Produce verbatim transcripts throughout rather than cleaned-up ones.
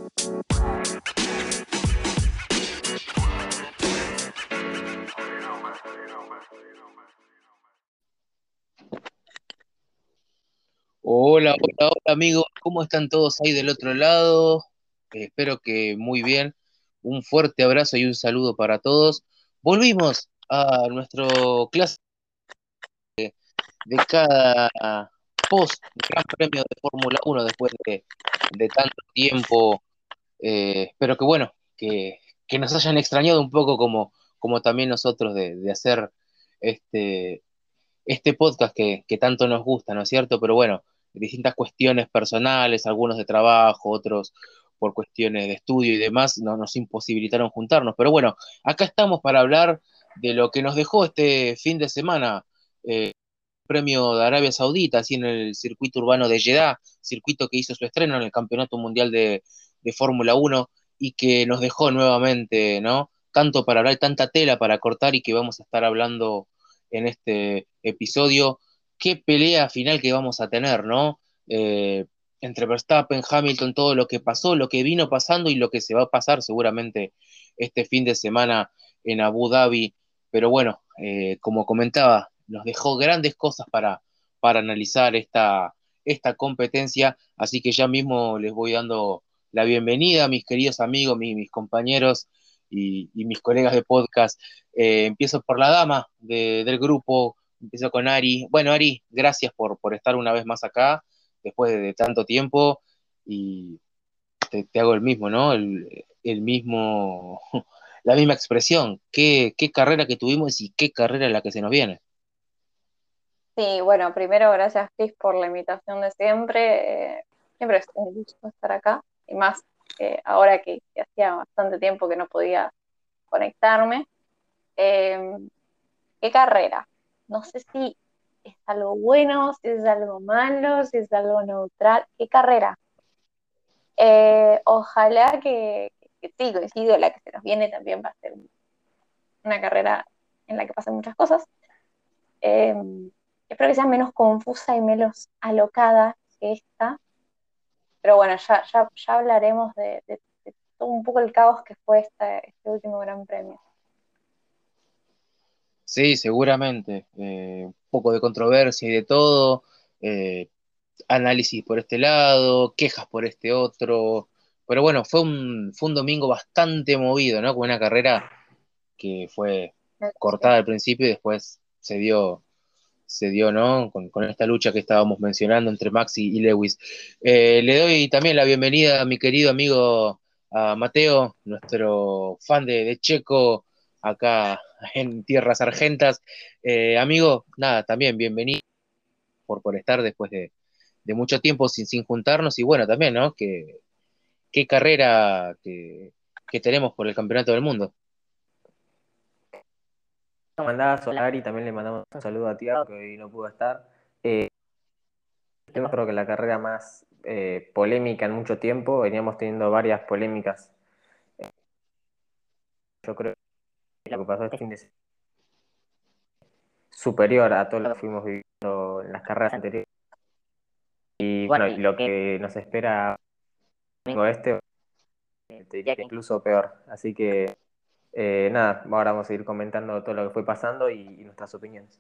Hola, hola, hola amigos, ¿cómo están todos ahí del otro lado? Eh, espero que muy bien. Un fuerte abrazo y un saludo para todos. Volvimos a nuestro clase de cada post Gran Premio de Fórmula Uno después de, de tanto tiempo. Eh, espero que bueno, que, que nos hayan extrañado un poco como, como también nosotros de, de hacer este, este podcast que, que tanto nos gusta, ¿no es cierto? Pero bueno, distintas cuestiones personales, algunos de trabajo, otros por cuestiones de estudio y demás, no nos imposibilitaron juntarnos. Pero bueno, acá estamos para hablar de lo que nos dejó este fin de semana, eh, premio de Arabia Saudita, así en el circuito urbano de Jeddah, circuito que hizo su estreno en el Campeonato Mundial de, de Fórmula Uno y que nos dejó nuevamente, ¿no? Tanto para hablar, tanta tela para cortar y que vamos a estar hablando en este episodio. Qué pelea final que vamos a tener, ¿no? Eh, entre Verstappen, Hamilton, todo lo que pasó, lo que vino pasando y lo que se va a pasar seguramente este fin de semana en Abu Dhabi. Pero bueno, eh, como comentaba, nos dejó grandes cosas para, para analizar esta, esta competencia, así que ya mismo les voy dando la bienvenida a mis queridos amigos, mis, mis compañeros y, y, mis colegas de podcast. Eh, empiezo por la dama de, del grupo, empiezo con Ari. Bueno, Ari, gracias por, por estar una vez más acá, después de, de tanto tiempo, y te, te, hago el mismo, ¿no? El, el mismo, la misma expresión. ¿Qué, qué carrera que tuvimos y qué carrera la que se nos viene? Sí, bueno, primero gracias Chris por la invitación de siempre. Eh, siempre es un gusto estar acá, y más eh, ahora que, que hacía bastante tiempo que no podía conectarme. Eh, ¿Qué carrera? No sé si es algo bueno, si es algo malo, si es algo neutral. ¿Qué carrera? Eh, ojalá que, que sí, coincido, la que se nos viene también va a ser una carrera en la que pasen muchas cosas. Eh, Espero que sea menos confusa y menos alocada que esta, pero bueno, ya, ya, ya hablaremos de, de- de todo un poco el caos que fue esta- este último Gran Premio. Sí, seguramente. Eh, un poco de controversia y de todo. eh, Análisis por este lado, quejas por este otro. Pero bueno, fue un, fue un domingo bastante movido, ¿no? Con una carrera que fue Eh, Sí. cortada al principio y después se dio, se dio, ¿no? Con, con esta lucha que estábamos mencionando entre Max y, y Lewis. Eh, le doy también la bienvenida a mi querido amigo a Mateo, nuestro fan de, de Checo acá en Tierras Argentas. Eh, amigo, nada, también bienvenido por, por estar después de, de mucho tiempo sin, sin juntarnos y bueno, también, ¿no? Que, qué carrera que, que tenemos por el Campeonato del Mundo. Mandaba Solari, también le mandamos un saludo a Tiago, que hoy no pudo estar. Eh, yo creo que la carrera más eh, polémica en mucho tiempo, veníamos teniendo varias polémicas. Yo creo que lo que pasó este fin de semana es superior a todo lo que fuimos viviendo en las carreras anteriores. Y bueno, y lo que nos espera domingo este, te diría que incluso peor. Así que eh, nada, ahora vamos a ir comentando todo lo que fue pasando y, y nuestras opiniones.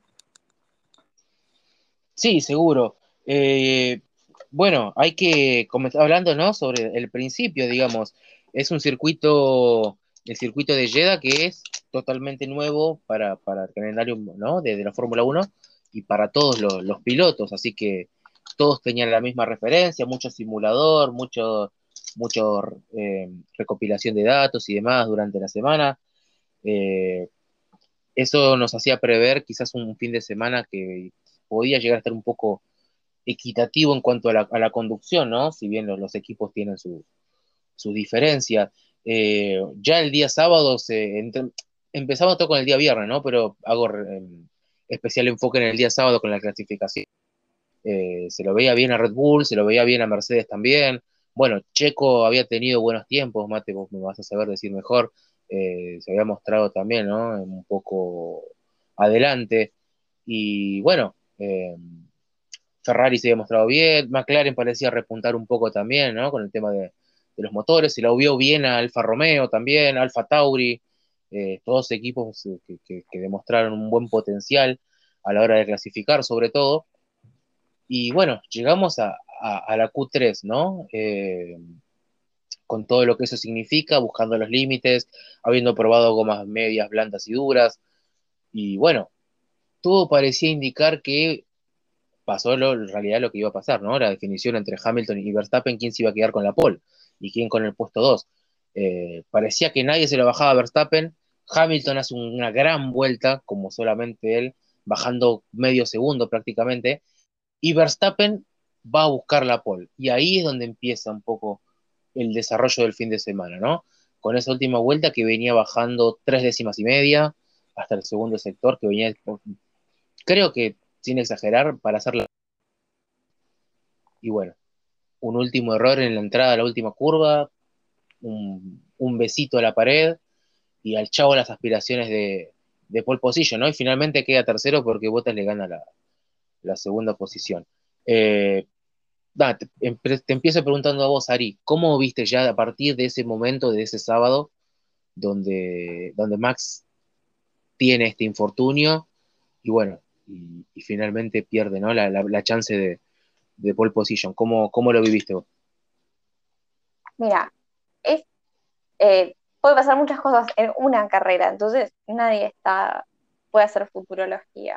Sí, seguro. Eh, bueno, hay que comenzar hablando, ¿no? Sobre el principio, digamos. Es un circuito, el circuito de Jeddah que es totalmente nuevo para, para el calendario, ¿no? De, de la Fórmula Uno y para todos los, los pilotos, así que todos tenían la misma referencia, mucho simulador, mucho, mucho eh, recopilación de datos y demás durante la semana. Eh, Eso nos hacía prever quizás un fin de semana que podía llegar a estar un poco equitativo en cuanto a la, a la conducción, ¿no? Si bien los, los equipos tienen su, su diferencia. Eh, ya el día sábado se entre, empezamos todo con el día viernes, ¿no? Pero hago eh, especial enfoque en el día sábado con la clasificación. Eh, se lo veía bien a Red Bull, se lo veía bien a Mercedes también. Bueno, Checo había tenido buenos tiempos, Mate, vos me vas a saber decir mejor. Eh, se había mostrado también, ¿no? Un poco adelante. Y bueno, eh, Ferrari se había mostrado bien, McLaren parecía repuntar un poco también, ¿no? Con el tema de, de los motores, se lo vio bien a Alfa Romeo también, Alfa Tauri, eh, todos equipos que, que, que demostraron un buen potencial a la hora de clasificar sobre todo. Y bueno, llegamos a, a, a la Q tres, ¿no? Eh, con todo lo que eso significa, buscando los límites, habiendo probado gomas medias, blandas y duras. Y bueno, todo parecía indicar que pasó lo, en realidad lo que iba a pasar, ¿no? La definición entre Hamilton y Verstappen, quién se iba a quedar con la pole y quién con el puesto dos. Eh, parecía que nadie se lo bajaba a Verstappen. Hamilton hace una gran vuelta, como solamente él, bajando medio segundo prácticamente, y Verstappen va a buscar la pole. Y ahí es donde empieza un poco el desarrollo del fin de semana, ¿no? Con esa última vuelta que venía bajando tres décimas y media hasta el segundo sector, que venía, creo que sin exagerar, para hacerla. Y bueno, un último error en la entrada a la última curva, un, un besito a la pared y al chavo las aspiraciones de, de pole position, ¿no? Y finalmente queda tercero porque Bottas le gana la, la segunda posición. Eh, da, te, te, empiezo preguntando a vos, Ari, ¿cómo viste ya a partir de ese momento, de ese sábado, donde, donde Max tiene este infortunio y bueno, y, y finalmente pierde, ¿no? La, la, la chance de, de pole position? ¿Cómo, cómo lo viviste vos? Mira, es, eh, puede pasar muchas cosas en una carrera, entonces nadie está, puede hacer futurología.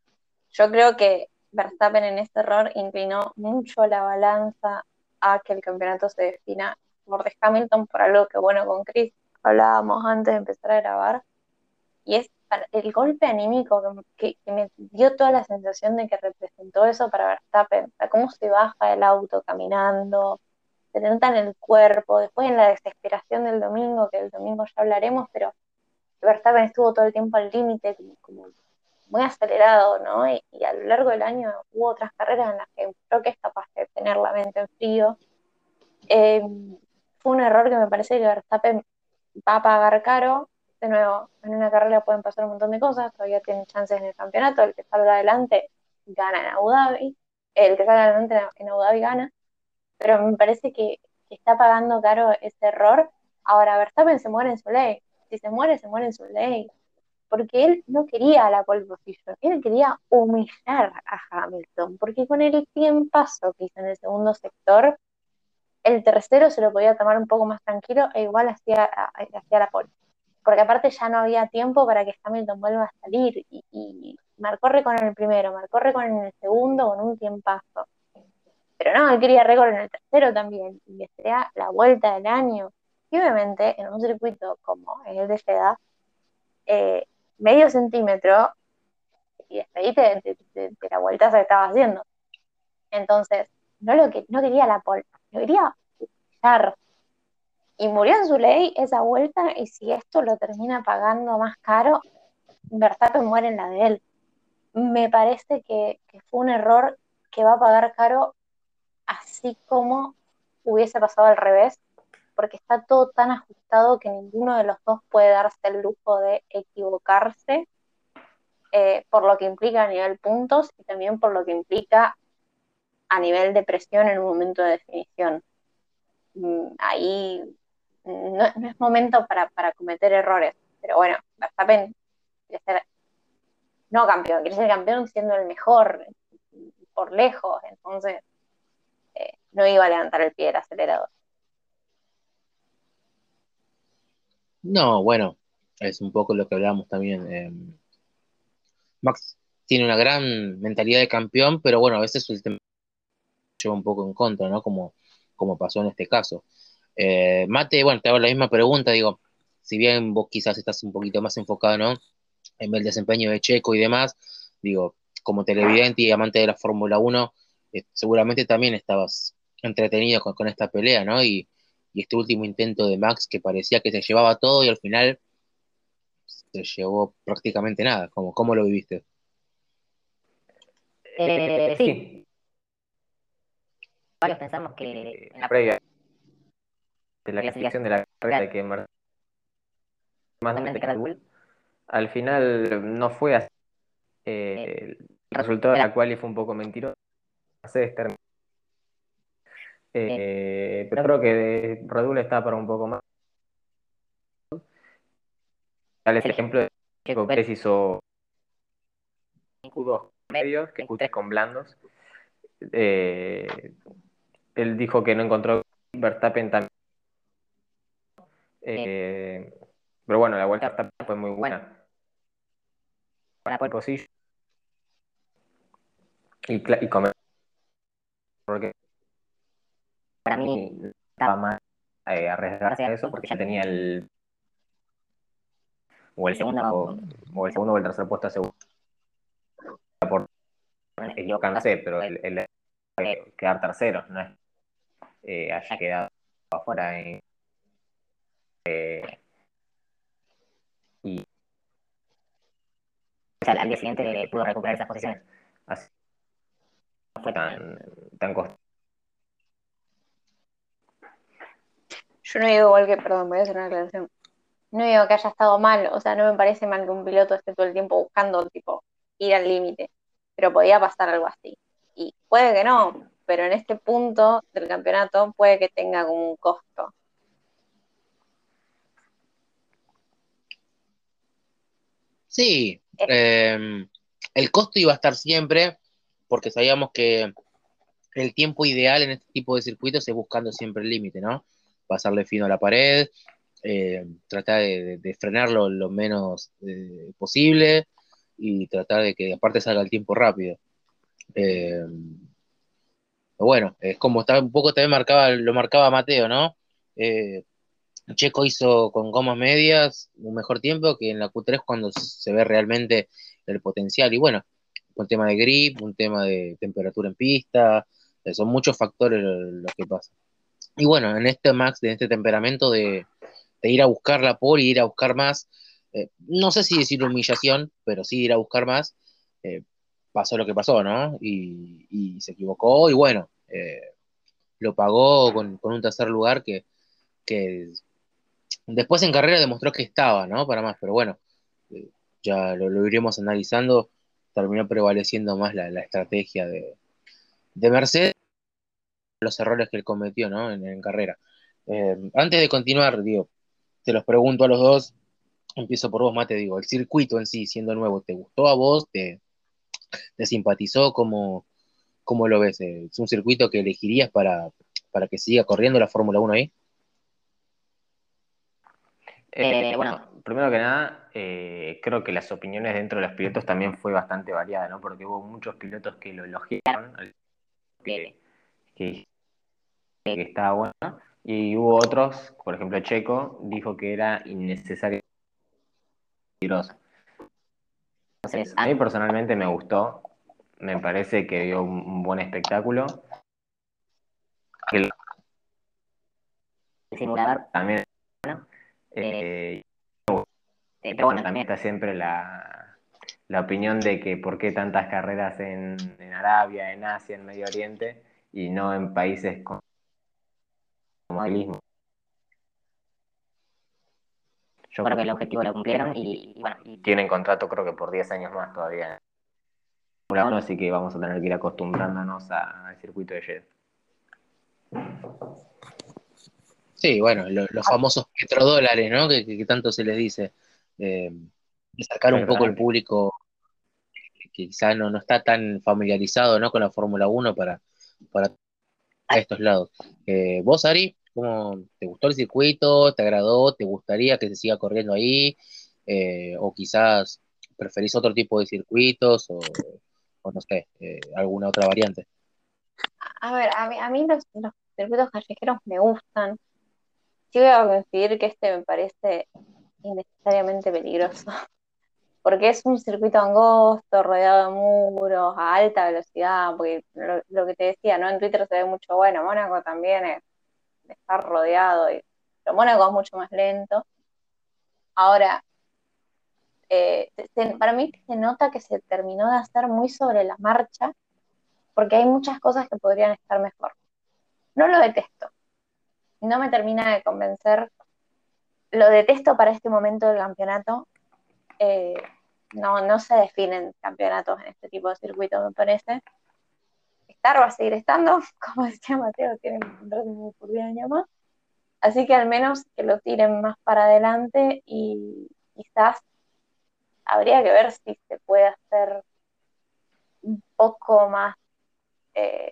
Yo creo que Verstappen en este error inclinó mucho la balanza a que el campeonato se defina por de Hamilton, por algo que bueno con Chris hablábamos antes de empezar a grabar, y es el golpe anímico que, que, que me dio toda la sensación de que representó eso para Verstappen, o sea, cómo se baja del auto caminando, se le nota en el cuerpo, después en la desesperación del domingo, que el domingo ya hablaremos, pero Verstappen estuvo todo el tiempo al límite, como, como muy acelerado, ¿no? Y, y a lo largo del año hubo otras carreras en las que creo que es capaz de tener la mente en frío. Eh, Fue un error que me parece que Verstappen va a pagar caro. De nuevo, en una carrera pueden pasar un montón de cosas, todavía tienen chances en el campeonato, el que salga adelante gana en Abu Dhabi, el que salga adelante en Abu Dhabi gana, pero me parece que, que está pagando caro ese error. Ahora, Verstappen se muere en su ley, si se muere, se muere en su ley, porque él no quería la pole position, él quería humillar a Hamilton, porque con el tiempazo que hizo en el segundo sector, el tercero se lo podía tomar un poco más tranquilo e igual hacía, hacía la pole, porque aparte ya no había tiempo para que Hamilton vuelva a salir, y, y marcó récord en el primero, marcó récord en el segundo con un tiempazo, pero no, él quería récord en el tercero también, y que sea la vuelta del año, y obviamente en un circuito como el de Jeddah, eh, medio centímetro y despedite de, de, de, de la vuelta que estaba haciendo. Entonces, no, lo que, no quería la pole, lo quería usar. Y murió en su ley esa vuelta, y si esto lo termina pagando más caro, Verstappen muere en la de él. Me parece que, que fue un error que va a pagar caro, así como hubiese pasado al revés, porque está todo tan ajustado que ninguno de los dos puede darse el lujo de equivocarse, eh, por lo que implica a nivel puntos y también por lo que implica a nivel de presión en un momento de definición. Mm, ahí no, no es momento para, para cometer errores, pero bueno, Verstappen quiere ser no campeón, quiere ser campeón siendo el mejor por lejos, entonces eh, no iba a levantar el pie del acelerador. No, bueno, es un poco lo que hablábamos también. Eh, Max tiene una gran mentalidad de campeón, pero bueno, a veces el tema lleva un poco en contra, ¿no? Como, como pasó en este caso. Eh, Mate, bueno, te hago la misma pregunta, digo, si bien vos quizás estás un poquito más enfocado, ¿no? En el desempeño de Checo y demás, digo, como televidente y amante de la Fórmula Uno, eh, seguramente también estabas entretenido con, con esta pelea, ¿no? Y, y este último intento de Max que parecía que se llevaba todo y al final se llevó prácticamente nada. ¿Cómo, cómo lo viviste? Eh, sí, varios pensamos que en la previa de la clasificación de la carrera de que más de Red Bull, al final no fue así. Eh, el resultado de la quali fue un poco mentiroso. Mercedes terminó Eh, pero creo que Red Bull está para un poco más. Tal el ejemplo de Checo Pérez hizo Q dos medios, que Q tres con blandos. Eh, él dijo que no encontró Verstappen también. Eh, pero bueno, la vuelta de Verstappen fue muy buena. Buena pole position y, cla- y comer, porque para mí estaba más eh, arriesgarse a eso porque ya tenía el o el segundo o, o el segundo o el tercer puesto asegurado por equivocarse, pero el, el, el quedar tercero, no es eh, haya quedado afuera en, eh, y o sea, al día siguiente pudo recuperar esas posiciones. Así no fue tan, tan costoso. Yo no digo igual que, perdón, voy a hacer una aclaración. No digo que haya estado mal, o sea, no me parece mal que un piloto esté todo el tiempo buscando, tipo, ir al límite, pero podía pasar algo así. Y puede que no, pero en este punto del campeonato puede que tenga como un costo. Sí, Es- eh, el costo iba a estar siempre, porque sabíamos que el tiempo ideal en este tipo de circuitos es buscando siempre el límite, ¿no? Pasarle fino a la pared, eh, tratar de, de- de frenarlo lo menos eh, posible y tratar de que aparte salga el tiempo rápido. Eh, bueno, es como está un poco también marcaba, lo marcaba Mateo, ¿no? Eh, Checo hizo con gomas medias un mejor tiempo que en la Q tres cuando se ve realmente el potencial. Y bueno, un tema de grip, un tema de temperatura en pista, eh, son muchos factores los que pasan. Y bueno, en este Max, de este temperamento de, de ir a buscar la pole y ir a buscar más, eh, no sé si decir humillación, pero sí ir a buscar más, eh, pasó lo que pasó, ¿no? Y, y se equivocó y bueno, eh, lo pagó con, con un tercer lugar que, que después en carrera demostró que estaba, ¿no? Para más, pero bueno, eh, ya lo, lo iremos analizando, terminó prevaleciendo más la, la estrategia de, de Mercedes, los errores que él cometió, ¿no? En, en carrera. Eh, antes de continuar, digo, te los pregunto a los dos, empiezo por vos, Mate, digo, el circuito en sí, siendo nuevo, ¿te gustó a vos? ¿Te, te simpatizó? ¿Cómo, cómo lo ves? Eh, ¿Es un circuito que elegirías para, para que siga corriendo la Fórmula uno ahí? Eh, bueno, primero que nada, eh, creo que las opiniones dentro de los pilotos también fue bastante variada, ¿no? Porque hubo muchos pilotos que lo elogiaron, que, que, que estaba bueno, y hubo otros, por ejemplo Checo, dijo que era innecesario y peligroso. Entonces, a mí personalmente me gustó, me parece que dio un, un buen espectáculo. El simulador también, bueno, eh, eh, pero bueno, también está siempre la, la opinión de que por qué tantas carreras en, en Arabia, en Asia, en Medio Oriente, y no en países con modelismo. Yo creo que el objetivo lo cumplieron y, y bueno, y tienen contrato creo que por diez años más todavía en Fórmula uno, así que vamos a tener que ir acostumbrándonos a- al circuito de Jeddah. Sí, bueno, lo- los famosos petrodólares, ¿no? Que, que- que tanto se les dice. Eh, de sacar un poco el Exactamente. público que quizá no, no está tan familiarizado, ¿no? Con la Fórmula uno para, para a estos lados. Eh, ¿vos, Ari, cómo te gustó el circuito? ¿Te agradó? ¿Te gustaría que se siga corriendo ahí? Eh, ¿o quizás preferís otro tipo de circuitos o, o no sé, eh, alguna otra variante? a ver, a mí, a mí los, los circuitos callejeros me gustan. Sí voy a coincidir que este me parece innecesariamente peligroso, porque es un circuito angosto, rodeado de muros, a alta velocidad, porque lo, lo que te decía, ¿no? En Twitter se ve mucho, bueno, Mónaco también es, está rodeado, y, pero Mónaco es mucho más lento. Ahora, eh, se- se- para mí se nota que se terminó de hacer muy sobre la marcha, porque hay muchas cosas que podrían estar mejor. No lo detesto, no me termina de convencer, lo detesto para este momento del campeonato. eh, no, no se definen campeonatos en este tipo de circuitos, me parece. estar va a seguir estando, como decía Mateo, tienen un contrato como por diez años más, así que al menos que lo tiren más para adelante y quizás habría que ver si se puede hacer un poco más eh,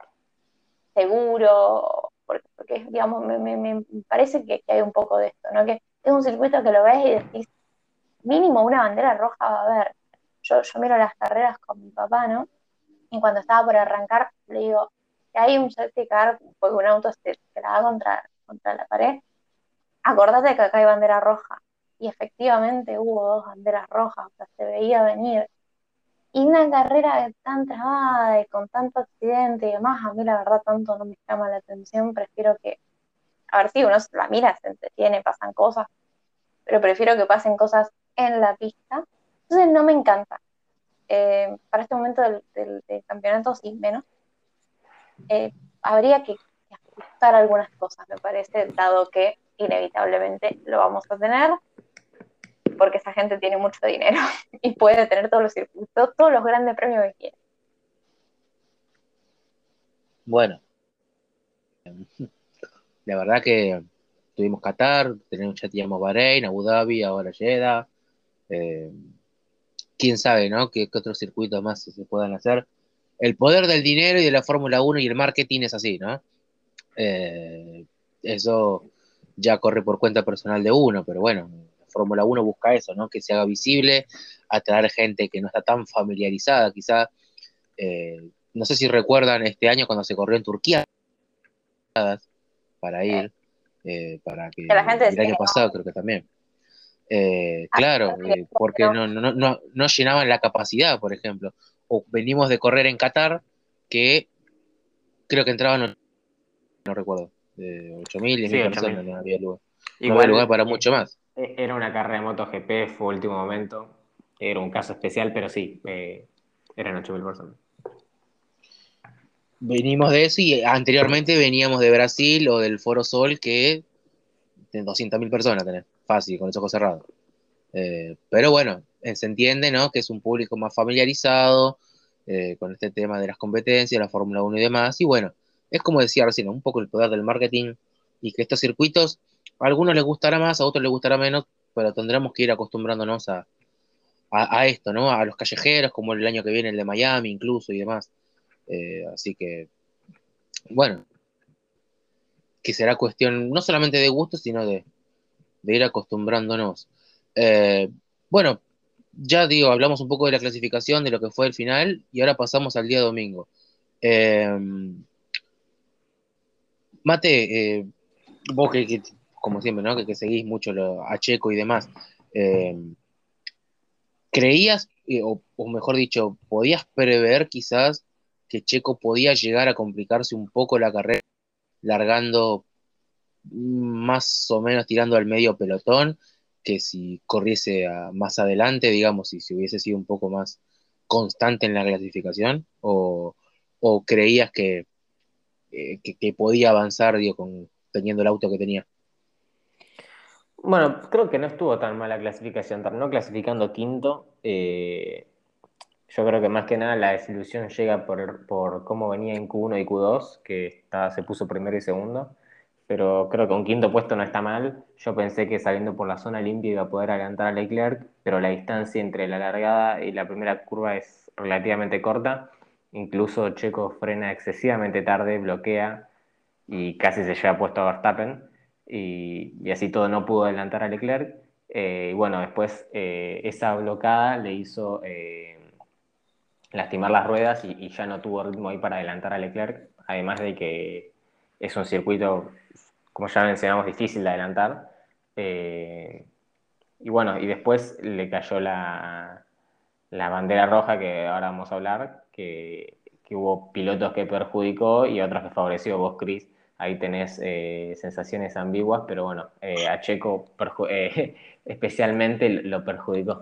seguro, porque, porque digamos, me, me, me parece que, que hay un poco de esto, ¿no? Que es un circuito que lo ves y decís, mínimo una bandera roja va a haber. Yo, yo miro las carreras con mi papá, ¿no? Y cuando estaba por arrancar, le digo, si hay un safety car, porque un auto se, se la da contra, contra la pared, acordate que acá hay bandera roja. Y efectivamente hubo dos banderas rojas, o sea, se veía venir. Y una carrera tan trabada y con tanto accidente y demás, a mí la verdad tanto no me llama la atención, prefiero que, a ver si uno se la mira, se entretiene, pasan cosas, pero prefiero que pasen cosas en la pista. Entonces no me encanta. Eh, para este momento del, del, del campeonato, sí, menos. Eh, habría que, que ajustar algunas cosas, me parece, dado que inevitablemente lo vamos a tener, porque esa gente tiene mucho dinero y puede tener todos los circuitos, todos los grandes premios que quiere. Bueno, la verdad que tuvimos Qatar, tenemos, ya teníamos Bahrein, Abu Dhabi, ahora Jeddah. Eh, quién sabe, ¿no? ¿Qué, qué otros circuitos más se puedan hacer? El poder del dinero y de la Fórmula Uno y el marketing es así, ¿no? Eh, eso ya corre por cuenta personal de uno, pero bueno, la Fórmula Uno busca eso, ¿no? Que se haga visible, atraer gente que no está tan familiarizada, quizá. Eh, no sé si recuerdan este año cuando se corrió en Turquía para Eh, ir, eh, para que, que la gente y el decía año que pasado creo que también. Eh, no, claro, eh, porque pero no, no, no, no llenaban la capacidad, por ejemplo. O venimos de correr en Qatar, que creo que entraban, no recuerdo, de ocho mil, diez Sí, mil ocho personas, mil no había lugar. No había lugar Igual para eh, mucho más. eh, era una carrera de MotoGP, fue último momento. Era un caso especial, pero sí, eh, eran ocho mil personas. Venimos de eso y anteriormente veníamos de Brasil o del Foro Sol, que de doscientas mil personas tenés, fácil, con los ojos cerrados. Eh, pero bueno, eh, se entiende, ¿no? Que es un público más familiarizado eh, con este tema de las competencias, la Fórmula Uno y demás. Y bueno, es como decía recién, ¿no? Un poco el poder del marketing y que estos circuitos, a algunos les gustará más, a otros les gustará menos, pero tendremos que ir acostumbrándonos a, a, a esto, ¿no? A los callejeros, como el año que viene el de Miami incluso y demás. Eh, así que, bueno, que será cuestión no solamente de gusto, sino de, de ir acostumbrándonos. Eh, bueno, ya digo, hablamos un poco de la clasificación, de lo que fue el final, y ahora pasamos al día domingo. Eh, Mate, eh, vos que, que, como siempre, ¿no? Que, que seguís mucho lo, a Checo y demás, eh, ¿creías, eh, o, o mejor dicho, podías prever quizás que Checo podía llegar a complicarse un poco la carrera, largando más o menos tirando al medio pelotón, que si corriese a- más adelante, digamos, si, si hubiese sido un poco más constante en la clasificación, o, o creías que, eh, que, que podía avanzar, digo, con, teniendo el auto que tenía? Bueno, creo que no estuvo tan mal la clasificación, terminó clasificando quinto. Eh, yo creo que más que nada la desilusión llega por, por cómo venía en Q uno y Q dos, que está, se puso primero y segundo, pero creo que un quinto puesto no está mal. Yo pensé que saliendo por la zona limpia iba a poder adelantar a Leclerc, pero la distancia entre la largada y la primera curva es relativamente corta. Incluso Checo frena excesivamente tarde, bloquea y casi se lleva puesto a Verstappen, y, y así todo no pudo adelantar a Leclerc. Eh, y bueno, después eh, esa blocada le hizo eh, lastimar las ruedas y, y ya no tuvo ritmo ahí para adelantar a Leclerc, además de que es un circuito, como ya mencionamos, difícil de adelantar. Eh, y bueno, y después le cayó la, la bandera roja, que ahora vamos a hablar, que, que hubo pilotos que perjudicó y otros que favoreció. Vos, Chris, ahí tenés eh, sensaciones ambiguas, pero bueno, eh, a Checo eh, especialmente lo perjudicó.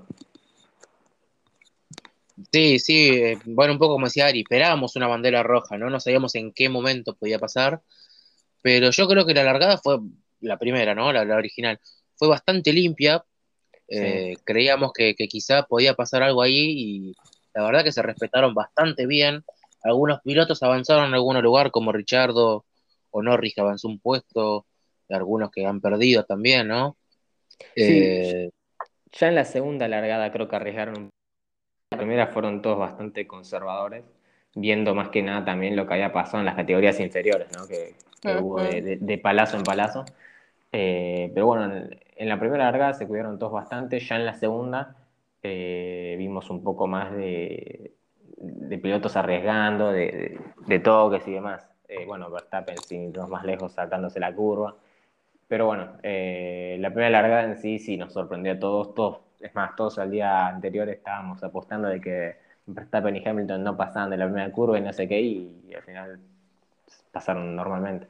Sí, sí, eh, bueno, un poco como decía Ari, esperábamos una bandera roja, ¿no? No sabíamos en qué momento podía pasar, pero yo creo que la largada fue la primera, ¿no? La, la original. Fue bastante limpia, Sí. eh, creíamos que, que quizá podía pasar algo ahí y la verdad que se respetaron bastante bien algunos pilotos avanzaron en algún lugar, como Richardo o Norris, que avanzó un puesto, y algunos que han perdido también, ¿no? Sí, Eh, ya en la segunda largada creo que arriesgaron un... La primera fueron todos bastante conservadores, viendo más que nada también lo que había pasado en las categorías inferiores, ¿no? Que, que hubo de, Ujú. de, de palazo en palazo. Eh, pero bueno, en, en, la primera largada se cuidaron todos bastante, ya en la segunda eh, vimos un poco más de, de pilotos arriesgando, de, de, de toques y demás. Eh, bueno, Verstappen sin irnos más lejos saltándose la curva. Pero bueno, eh, la primera largada en sí sí nos sorprendió a todos, todos. Es más, todos al día anterior estábamos apostando de que Verstappen y Hamilton no pasaban de la primera curva y no sé qué, y, y al final pasaron normalmente.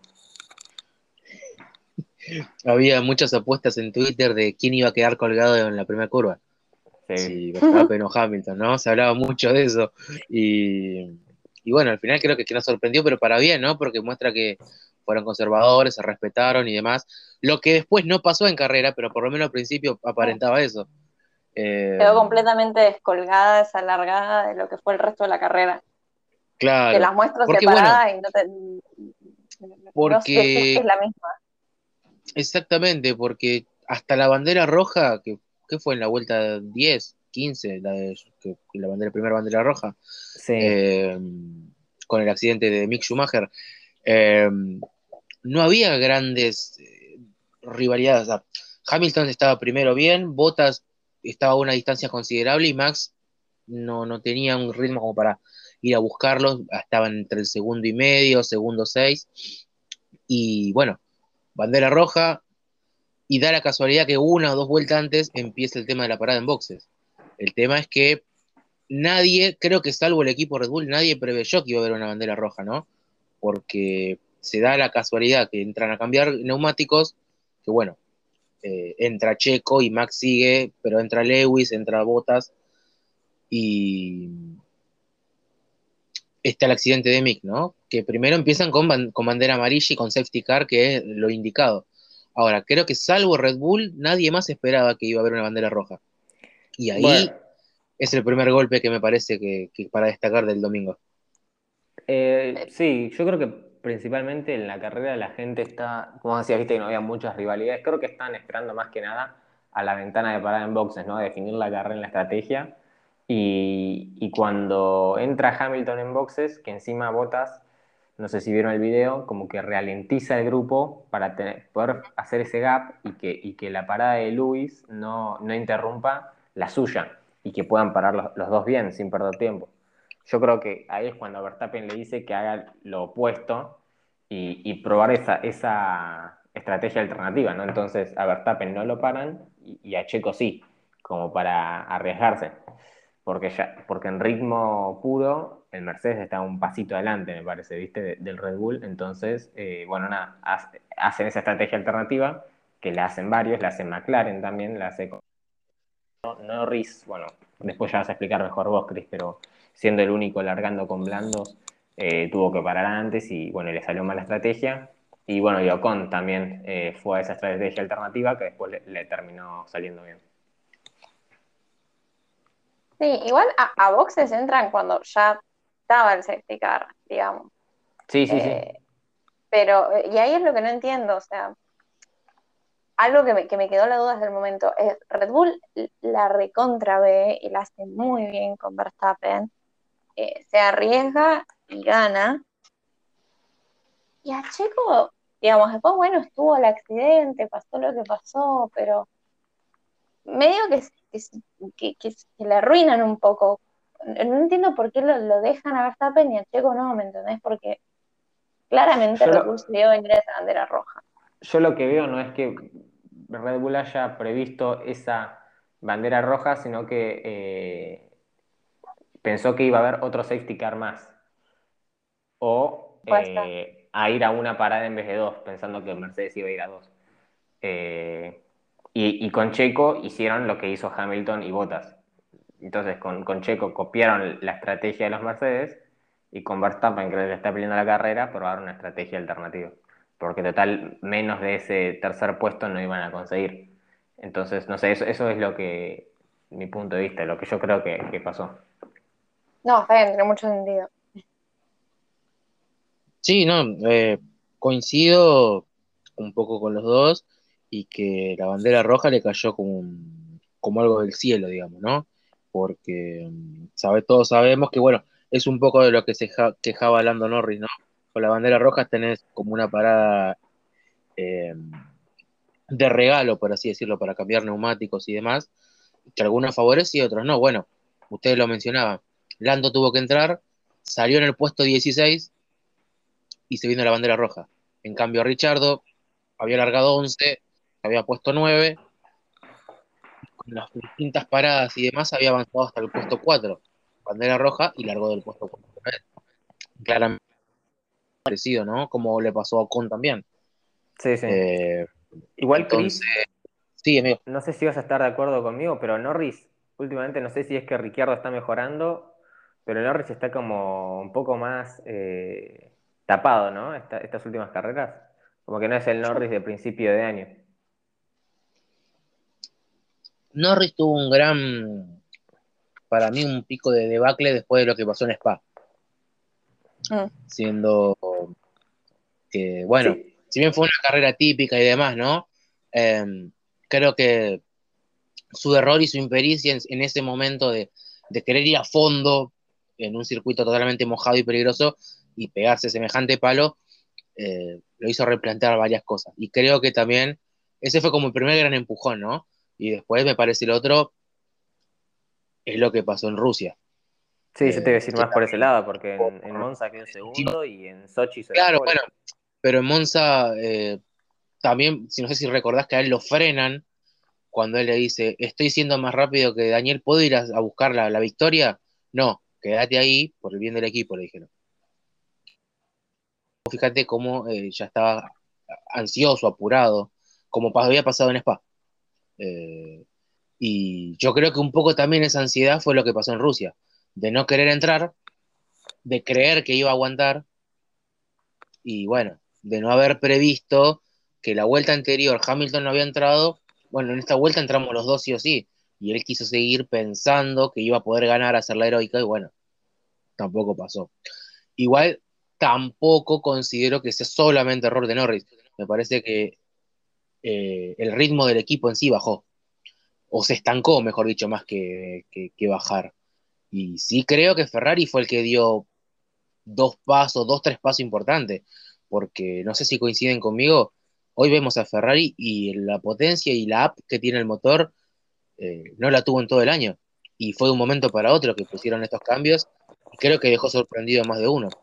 Había muchas apuestas en Twitter de quién iba a quedar colgado en la primera curva, Sí. si Verstappen o Hamilton, ¿no? Se hablaba mucho de eso. Y, y bueno, al final creo que, que nos sorprendió, pero para bien, ¿no? Porque muestra que fueron conservadores, se respetaron y demás. Lo que después no pasó en carrera, pero por lo menos al principio aparentaba eso. Eh, Quedó completamente descolgada esa largada de lo que fue el resto de la carrera. Que claro. las muestro Porque bueno, separadas y no, te, no decís que porque es la misma. exactamente, porque hasta la bandera roja, que, que fue en la vuelta diez quince la, de, que, la bandera, primera bandera roja, Sí. eh, con el accidente de Mick Schumacher, eh, no había grandes eh, rivalidades. O sea, Hamilton estaba primero bien, Bottas estaba a una distancia considerable y Max no, no tenía un ritmo como para ir a buscarlos, estaba entre el segundo y medio, segundo seis, y bueno, bandera roja, y da la casualidad que una o dos vueltas antes empieza el tema de la parada en boxes. El tema es que nadie, creo que salvo el equipo Red Bull, nadie preveyó que iba a haber una bandera roja, ¿no? Porque se da la casualidad que entran a cambiar neumáticos, que bueno, eh, entra Checo y Max sigue, pero entra Lewis, entra Bottas y está el accidente de Mick, ¿no? Que primero empiezan con, ban con bandera amarilla y con safety car, que es lo indicado. Ahora, creo que salvo Red Bull, nadie más esperaba que iba a haber una bandera roja. Y Bueno, ahí es el primer golpe que me parece que, que para destacar del domingo. eh, sí, yo creo que principalmente en la carrera la gente está, como decías, viste que no había muchas rivalidades, creo que están esperando más que nada a la ventana de parada en boxes, ¿no? A definir la carrera en la estrategia. Y, y cuando entra Hamilton en boxes, que encima Bottas, no sé si vieron el video, como que ralentiza el grupo para tener- poder hacer ese gap y que, y que la parada de Lewis no, no interrumpa la suya y que puedan parar los, los dos bien sin perder tiempo. Yo creo que ahí es cuando Verstappen le dice que haga lo opuesto y, y probar esa, esa estrategia alternativa, ¿no? Entonces a Verstappen no lo paran y, y a Checo sí, como para arriesgarse. Porque, ya, porque en ritmo puro el Mercedes está un pasito adelante, me parece, ¿viste? De, del Red Bull. Entonces, eh, bueno, nada, hacen esa estrategia alternativa que la hacen varios, la hace McLaren también, la hace Norris, bueno, después ya vas a explicar mejor vos, Chris, pero siendo el único largando con blandos, eh, tuvo que parar antes y bueno, le salió mal la estrategia. Y bueno, y Ocon también eh, fue a esa estrategia alternativa que después le, le terminó saliendo bien. Sí, igual a, a boxes entran cuando ya estaba el safety car, digamos. Sí, sí, sí. Eh, pero, eh, y ahí es lo que no entiendo, o sea, algo que me, que me quedó la duda desde el momento es, Red Bull la recontra ve y la hace muy bien con Verstappen, eh, se arriesga y gana, y a Checo, digamos, después, bueno, estuvo el accidente, pasó lo que pasó, pero medio que, que, que, que, que le arruinan un poco. No entiendo por qué lo, lo dejan a Verstappen y a Checo no, ¿me entendés? Porque claramente Yo Red lo, Bull se vio venir esa bandera roja. yo lo que veo no es que Red Bull haya previsto esa bandera roja, sino que eh, pensó que iba a haber otro safety car más. O Puede ser. eh, a ir a una parada en vez de dos, pensando que Mercedes iba a ir a dos. Eh, y, y, con Checo hicieron lo que hizo Hamilton y Bottas. Entonces con, con Checo copiaron la estrategia de los Mercedes y con Verstappen, que le está peleando la carrera, probaron una estrategia alternativa. Porque total, menos de ese tercer puesto no iban a conseguir. Entonces, no sé, eso, eso es lo que, mi punto de vista, lo que yo creo que, que pasó. No, está bien, tiene mucho sentido. Sí, no, eh, coincido un poco con los dos y que la bandera roja le cayó como, un- como algo del cielo, digamos, ¿no? Porque mm, sabe, todos sabemos que, bueno, es un poco de lo que se ja- quejaba Lando Norris, ¿no? Con la bandera roja tenés como una parada eh, de regalo, por así decirlo, para cambiar neumáticos y demás, que algunos favorecen y otros no. Bueno, ustedes lo mencionaban, Lando tuvo que entrar, salió en el puesto dieciséis y se vino la bandera roja. En cambio, Richardo había largado once, había puesto nueve, con las distintas paradas y demás había avanzado hasta el puesto cuatro, bandera roja, y largó del puesto cuatro. Claramente parecido, ¿no? Como le pasó a Ocon también. Sí, sí. Eh, Igual, entonces, Chris, sí, amigo. no sé si vas a estar de acuerdo conmigo, pero Norris, últimamente no sé si es que Ricciardo está mejorando, pero Norris está como un poco más eh, tapado, ¿no? Esta- estas últimas carreras. Como que no es el Norris de principio de año. Norris tuvo un gran, para mí, un pico de debacle después de lo que pasó en Spa, Mm, siendo que, bueno, Sí, si bien fue una carrera típica y demás, ¿no? Eh, creo que su error y su impericia en, en ese momento de, de, querer ir a fondo en un circuito totalmente mojado y peligroso y pegarse semejante palo, eh, lo hizo replantear varias cosas. Y creo que también ese fue como el primer gran empujón, ¿no? Y después me parece el otro es lo que pasó en Rusia. sí, yo te iba a Eh, decir que más por ese también, lado, porque por, en, en Monza quedó encima, segundo y en Sochi hizo la claro, pole. bueno, pero en Monza eh, también, si no sé si recordás que a él lo frenan cuando él le dice, estoy siendo más rápido que Daniel, ¿puedo ir a, a buscar la, la victoria? No, quédate ahí por el bien del equipo, le dijeron. Fíjate cómo eh, ya estaba ansioso, apurado, como pa- había pasado en Spa. Eh, y yo creo que un poco también esa ansiedad fue lo que pasó en Rusia, de no querer entrar, de creer que iba a aguantar, y bueno, de no haber previsto que la vuelta anterior Hamilton no había entrado, bueno, en esta vuelta entramos los dos sí o sí, y él quiso seguir pensando que iba a poder ganar, hacer la heroica, y bueno, tampoco pasó. Igual tampoco considero que sea solamente error de Norris, me parece que eh, el ritmo del equipo en sí bajó, o se estancó, mejor dicho, más que, que, que bajar. Y sí creo que Ferrari fue el que dio dos pasos, dos, tres pasos importantes, porque no sé si coinciden conmigo, hoy vemos a Ferrari y la potencia y la app que tiene el motor eh, no la tuvo en todo el año, y fue de un momento para otro que pusieron estos cambios, y creo que dejó sorprendido a más de uno.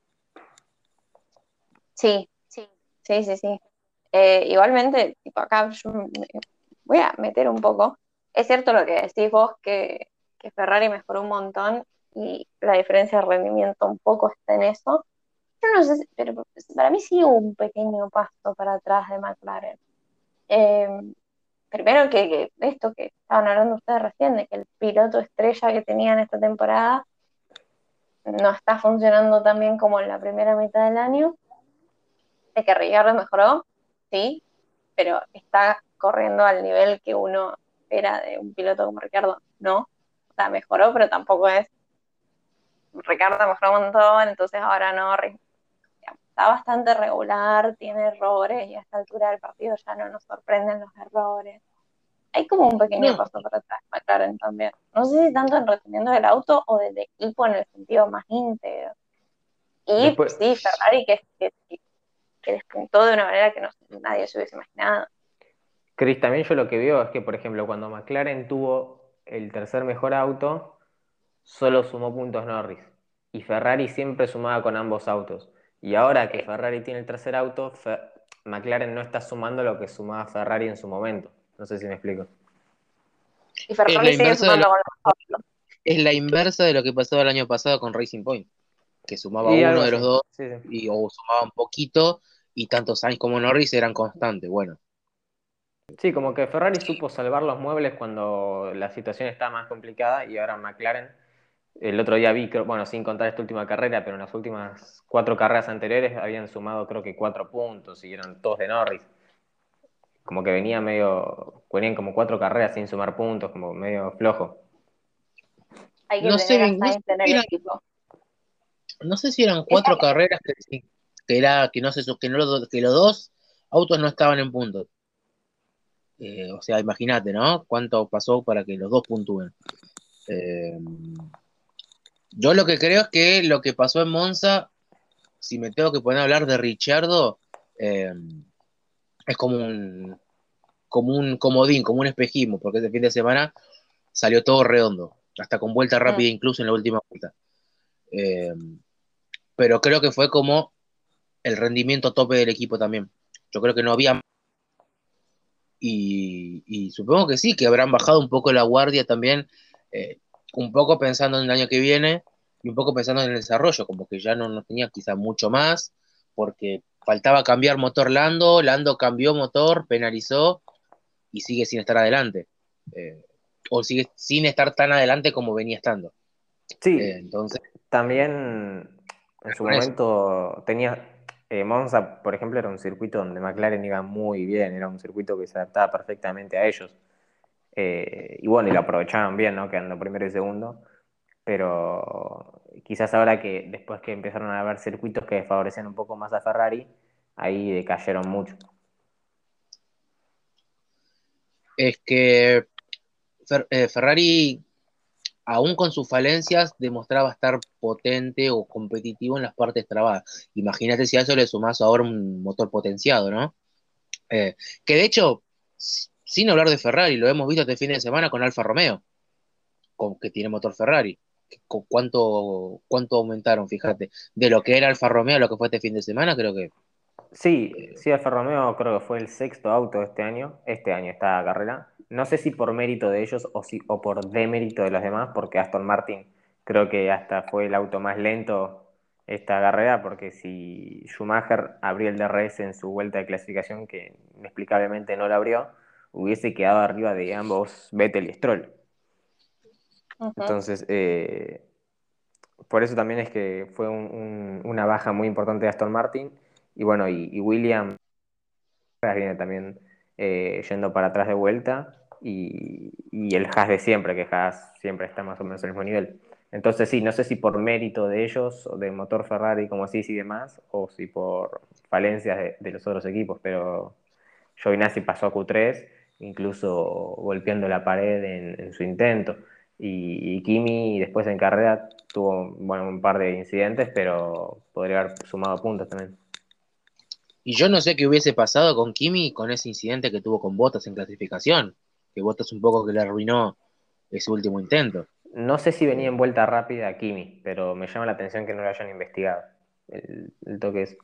sí, sí, sí, sí. Eh, igualmente, tipo acá yo me voy a meter un poco. Es cierto lo que decís vos, que, que Ferrari mejoró un montón y la diferencia de rendimiento un poco está en eso. Yo no sé, si- pero para mí sí hubo un pequeño paso para atrás de McLaren. Eh, Primero que, que esto que estaban hablando ustedes recién, de que el piloto estrella que tenían esta temporada no está funcionando tan bien como en la primera mitad del año, de que Ricciardo mejoró, sí, pero está corriendo al nivel que uno espera de un piloto como Ricardo, no. O sea, mejoró, pero tampoco es. Ricardo mejoró un montón, entonces ahora no. Ri- digamos, está bastante regular, tiene errores y a esta altura del partido ya no nos sorprenden los errores. Hay como un pequeño No, paso para atrás, McLaren también. No sé si tanto en rendimiento del auto o del equipo en el sentido más íntegro. Y Después, sí, Ferrari que, que, que despuntó de una manera que no, nadie se hubiese imaginado. Chris, también yo lo que veo es que, por ejemplo, cuando McLaren tuvo el tercer mejor auto, solo sumó puntos Norris. Y Ferrari siempre sumaba con ambos autos. Y ahora que Ferrari tiene el tercer auto, Fe- McLaren no está sumando lo que sumaba Ferrari en su momento. No sé si me explico. Y es la Ferrari sigue inversa de lo, sumando con los autos. es la inversa de lo que pasó el año pasado con Racing Point, que sumaba Y algo uno de los así. dos Sí, sí. y, o sumaba un poquito, y tanto Sainz como Norris eran constantes. Bueno, Sí, como que Ferrari supo salvar los muebles cuando la situación estaba más complicada y ahora McLaren, el otro día vi, creo- bueno, sin contar esta última carrera, pero en las últimas cuatro carreras anteriores habían sumado creo que cuatro puntos y eran todos de Norris. Como que venía medio, venían como cuatro carreras sin sumar puntos, como medio flojo. Hay que no sé tener a bien, no sé Sainz en si el eran, equipo. no sé si eran Esa, cuatro carreras que, sí, que era que no se que, no, que los dos autos no estaban en punto. Eh, o sea, imagínate, ¿no? Cuánto pasó para que los dos puntúen. Eh, yo lo que creo es que lo que pasó en Monza, si me tengo que poner a hablar de Ricciardo, eh, es como un, como un comodín, como un espejismo, porque ese fin de semana salió todo redondo, hasta con vuelta Mm. rápida incluso en la última vuelta. Eh, pero creo que fue como el rendimiento tope del equipo también. Yo creo que no había... Y, y supongo que sí, que habrán bajado un poco la guardia también, eh, un poco pensando en el año que viene y un poco pensando en el desarrollo, como que ya no, no tenía quizá mucho más, porque faltaba cambiar motor Lando, Lando cambió motor, penalizó y sigue sin estar adelante. Eh, o sigue sin estar tan adelante como venía estando. Eh, Sí, entonces, también en su con eso. momento tenía, eh, Monza, por ejemplo, era un circuito donde McLaren iba muy bien, era un circuito que se adaptaba perfectamente a ellos. Eh, y bueno, y lo aprovechaban bien, ¿no? Quedando primero y segundo. Pero quizás ahora que después que empezaron a haber circuitos que favorecían un poco más a Ferrari, ahí decayeron mucho. Es que Fer- eh, Ferrari, aún con sus falencias, demostraba estar potente o competitivo en las partes trabadas. Imagínate si a eso le sumás ahora un motor potenciado, ¿no? Eh, que de hecho, s- sin hablar de Ferrari, lo hemos visto este fin de semana con Alfa Romeo, con, que tiene motor Ferrari. Que- con ¿Cuánto, cuánto aumentaron? Fíjate, de lo que era Alfa Romeo a lo que fue este fin de semana, creo que... Sí, eh, sí, Alfa Romeo creo que fue el sexto auto este año, este año esta carrera. No sé si por mérito de ellos o, si, o por demérito de los demás, porque Aston Martin creo que hasta fue el auto más lento esta carrera, porque si Schumacher abrió el D R S en su vuelta de clasificación, que inexplicablemente no lo abrió, hubiese quedado arriba de ambos Vettel y Stroll. Ujú. Entonces, eh, por eso también es que fue un- un- una baja muy importante de Aston Martin. Y bueno, y, y Williams viene también eh, yendo para atrás de vuelta. Y, y el Haas de siempre, que Haas siempre está más o menos al mismo nivel. Entonces sí, no sé si por mérito de ellos, o del motor Ferrari como así y demás, o si por falencias de, de los otros equipos, pero Giovinazzi pasó a Q tres, incluso golpeando la pared en, en su intento. Y, y Kimi después en carrera tuvo, bueno, un par de incidentes, pero podría haber sumado puntos también. y yo no sé qué hubiese pasado con Kimi con ese incidente que tuvo con Bottas en clasificación, que Bottas un poco que le arruinó ese último intento. No sé si venía Eh, en vuelta rápida a Kimi, pero me llama la atención que no lo hayan investigado. El, el toque es.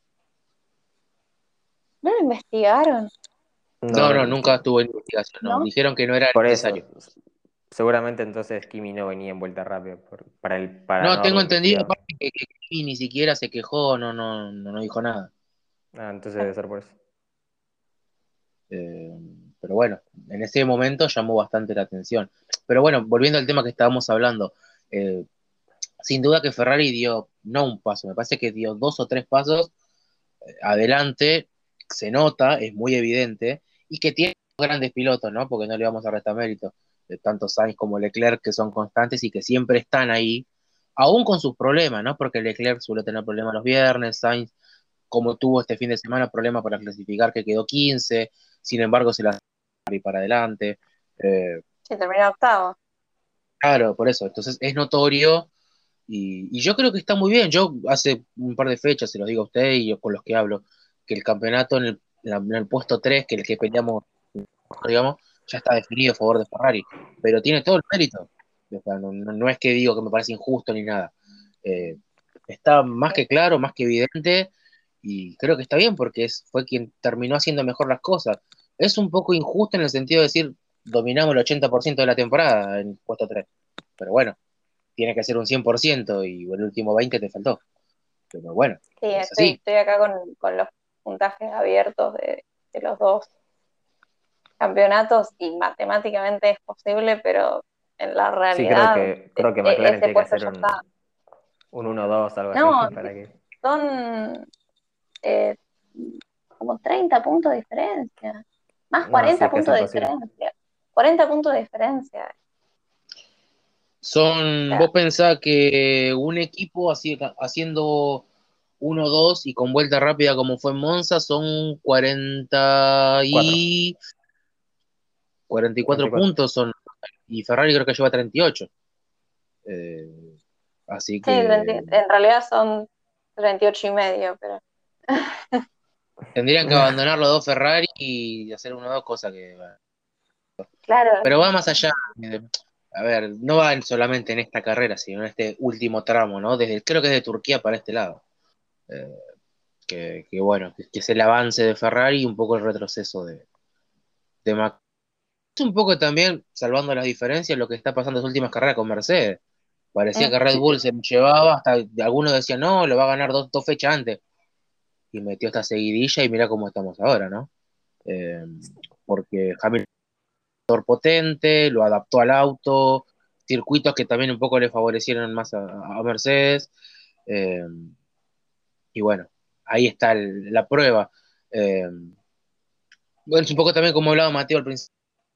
¿No lo investigaron? No, no, no lo no, nunca investigaron. estuvo en investigación, no. ¿No? Dijeron que no era Por eso, necesario. seguramente entonces Kimi no venía en vuelta rápida por- para, el, para no No, haberlo tengo entendido investigado. aparte que, que Kimi ni siquiera se quejó, no, no, no, no dijo nada. Ah, entonces debe ser por eso. Eh, pero bueno, en ese momento llamó bastante la atención. Pero bueno, volviendo al tema que estábamos hablando, eh, sin duda que Ferrari dio, no un paso, me parece que dio dos o tres pasos eh, adelante, se nota, es muy evidente, y que tiene grandes pilotos, ¿no? Porque no le vamos a restar mérito, de tanto Sainz como Leclerc, que son constantes y que siempre están ahí, aún con sus problemas, ¿no? Porque Leclerc suele tener problemas los viernes, Sainz, como tuvo este fin de semana, problemas para clasificar, que quedó quince, sin embargo se la y para adelante. Eh, Sí, terminó octavo. claro, por eso, entonces es notorio y, y yo creo que está muy bien. Yo hace un par de fechas, se los digo a usted y yo con los que hablo, que el campeonato en el, en la- en el puesto tres que el que peleamos, digamos, ya está definido a favor de Ferrari, pero tiene todo el mérito. O sea, no, no- no es que digo que me parece injusto ni nada. Eh, Está más Sí. que claro, más que evidente, y creo que está bien porque es, fue quien terminó haciendo mejor las cosas. Es un poco injusto en el sentido de decir, dominamos el ochenta por ciento de la temporada en el puesto tres, pero bueno, tiene que ser un cien por ciento y el último veinte te faltó. Pero bueno, Sí, es estoy, así. estoy acá con, con los puntajes abiertos de, de los dos campeonatos y matemáticamente es posible, pero en la Sí, creo realidad que, e- creo que e- McLaren ese tiene que puesto hacer ya está. un, un uno dos, algo así, No, para que. son eh, como treinta puntos de diferencia, más No, sí, cuarenta es casi puntos de imposible. diferencia, cuarenta puntos de diferencia. O Son, sea, vos pensás que un equipo haci- haciendo uno dos y con vuelta rápida como fue en Monza son cuarenta Cuatro. y cuarenta y cuatro cuarenta y cuatro. puntos son, y Ferrari creo que lleva treinta y ocho. Eh, así Sí, treinta que en realidad son treinta y ocho y medio, pero tendrían que abandonar los dos Ferrari y hacer una o dos cosas que... bueno. claro, Pero va más allá. eh, A ver, no va solamente en esta carrera, sino en este último tramo, ¿no? Desde, creo que es de Turquía para este lado. Eh, que, que bueno, que, que es el avance de Ferrari y un poco el retroceso de, de Mac. Es un poco también, salvando las diferencias, lo que está pasando en las últimas carreras con Mercedes. Parecía mm, que Red Sí, Bull se lo llevaba, hasta algunos decían, no, lo va a ganar dos, dos fechas antes. Y metió esta seguidilla y mira cómo estamos ahora, ¿no? Eh, porque Hamilton potente, lo adaptó al auto, circuitos que también un poco le favorecieron más a, a Mercedes. eh, y bueno, ahí está el- la prueba. Eh, bueno, es un poco también como hablaba Mateo al principio,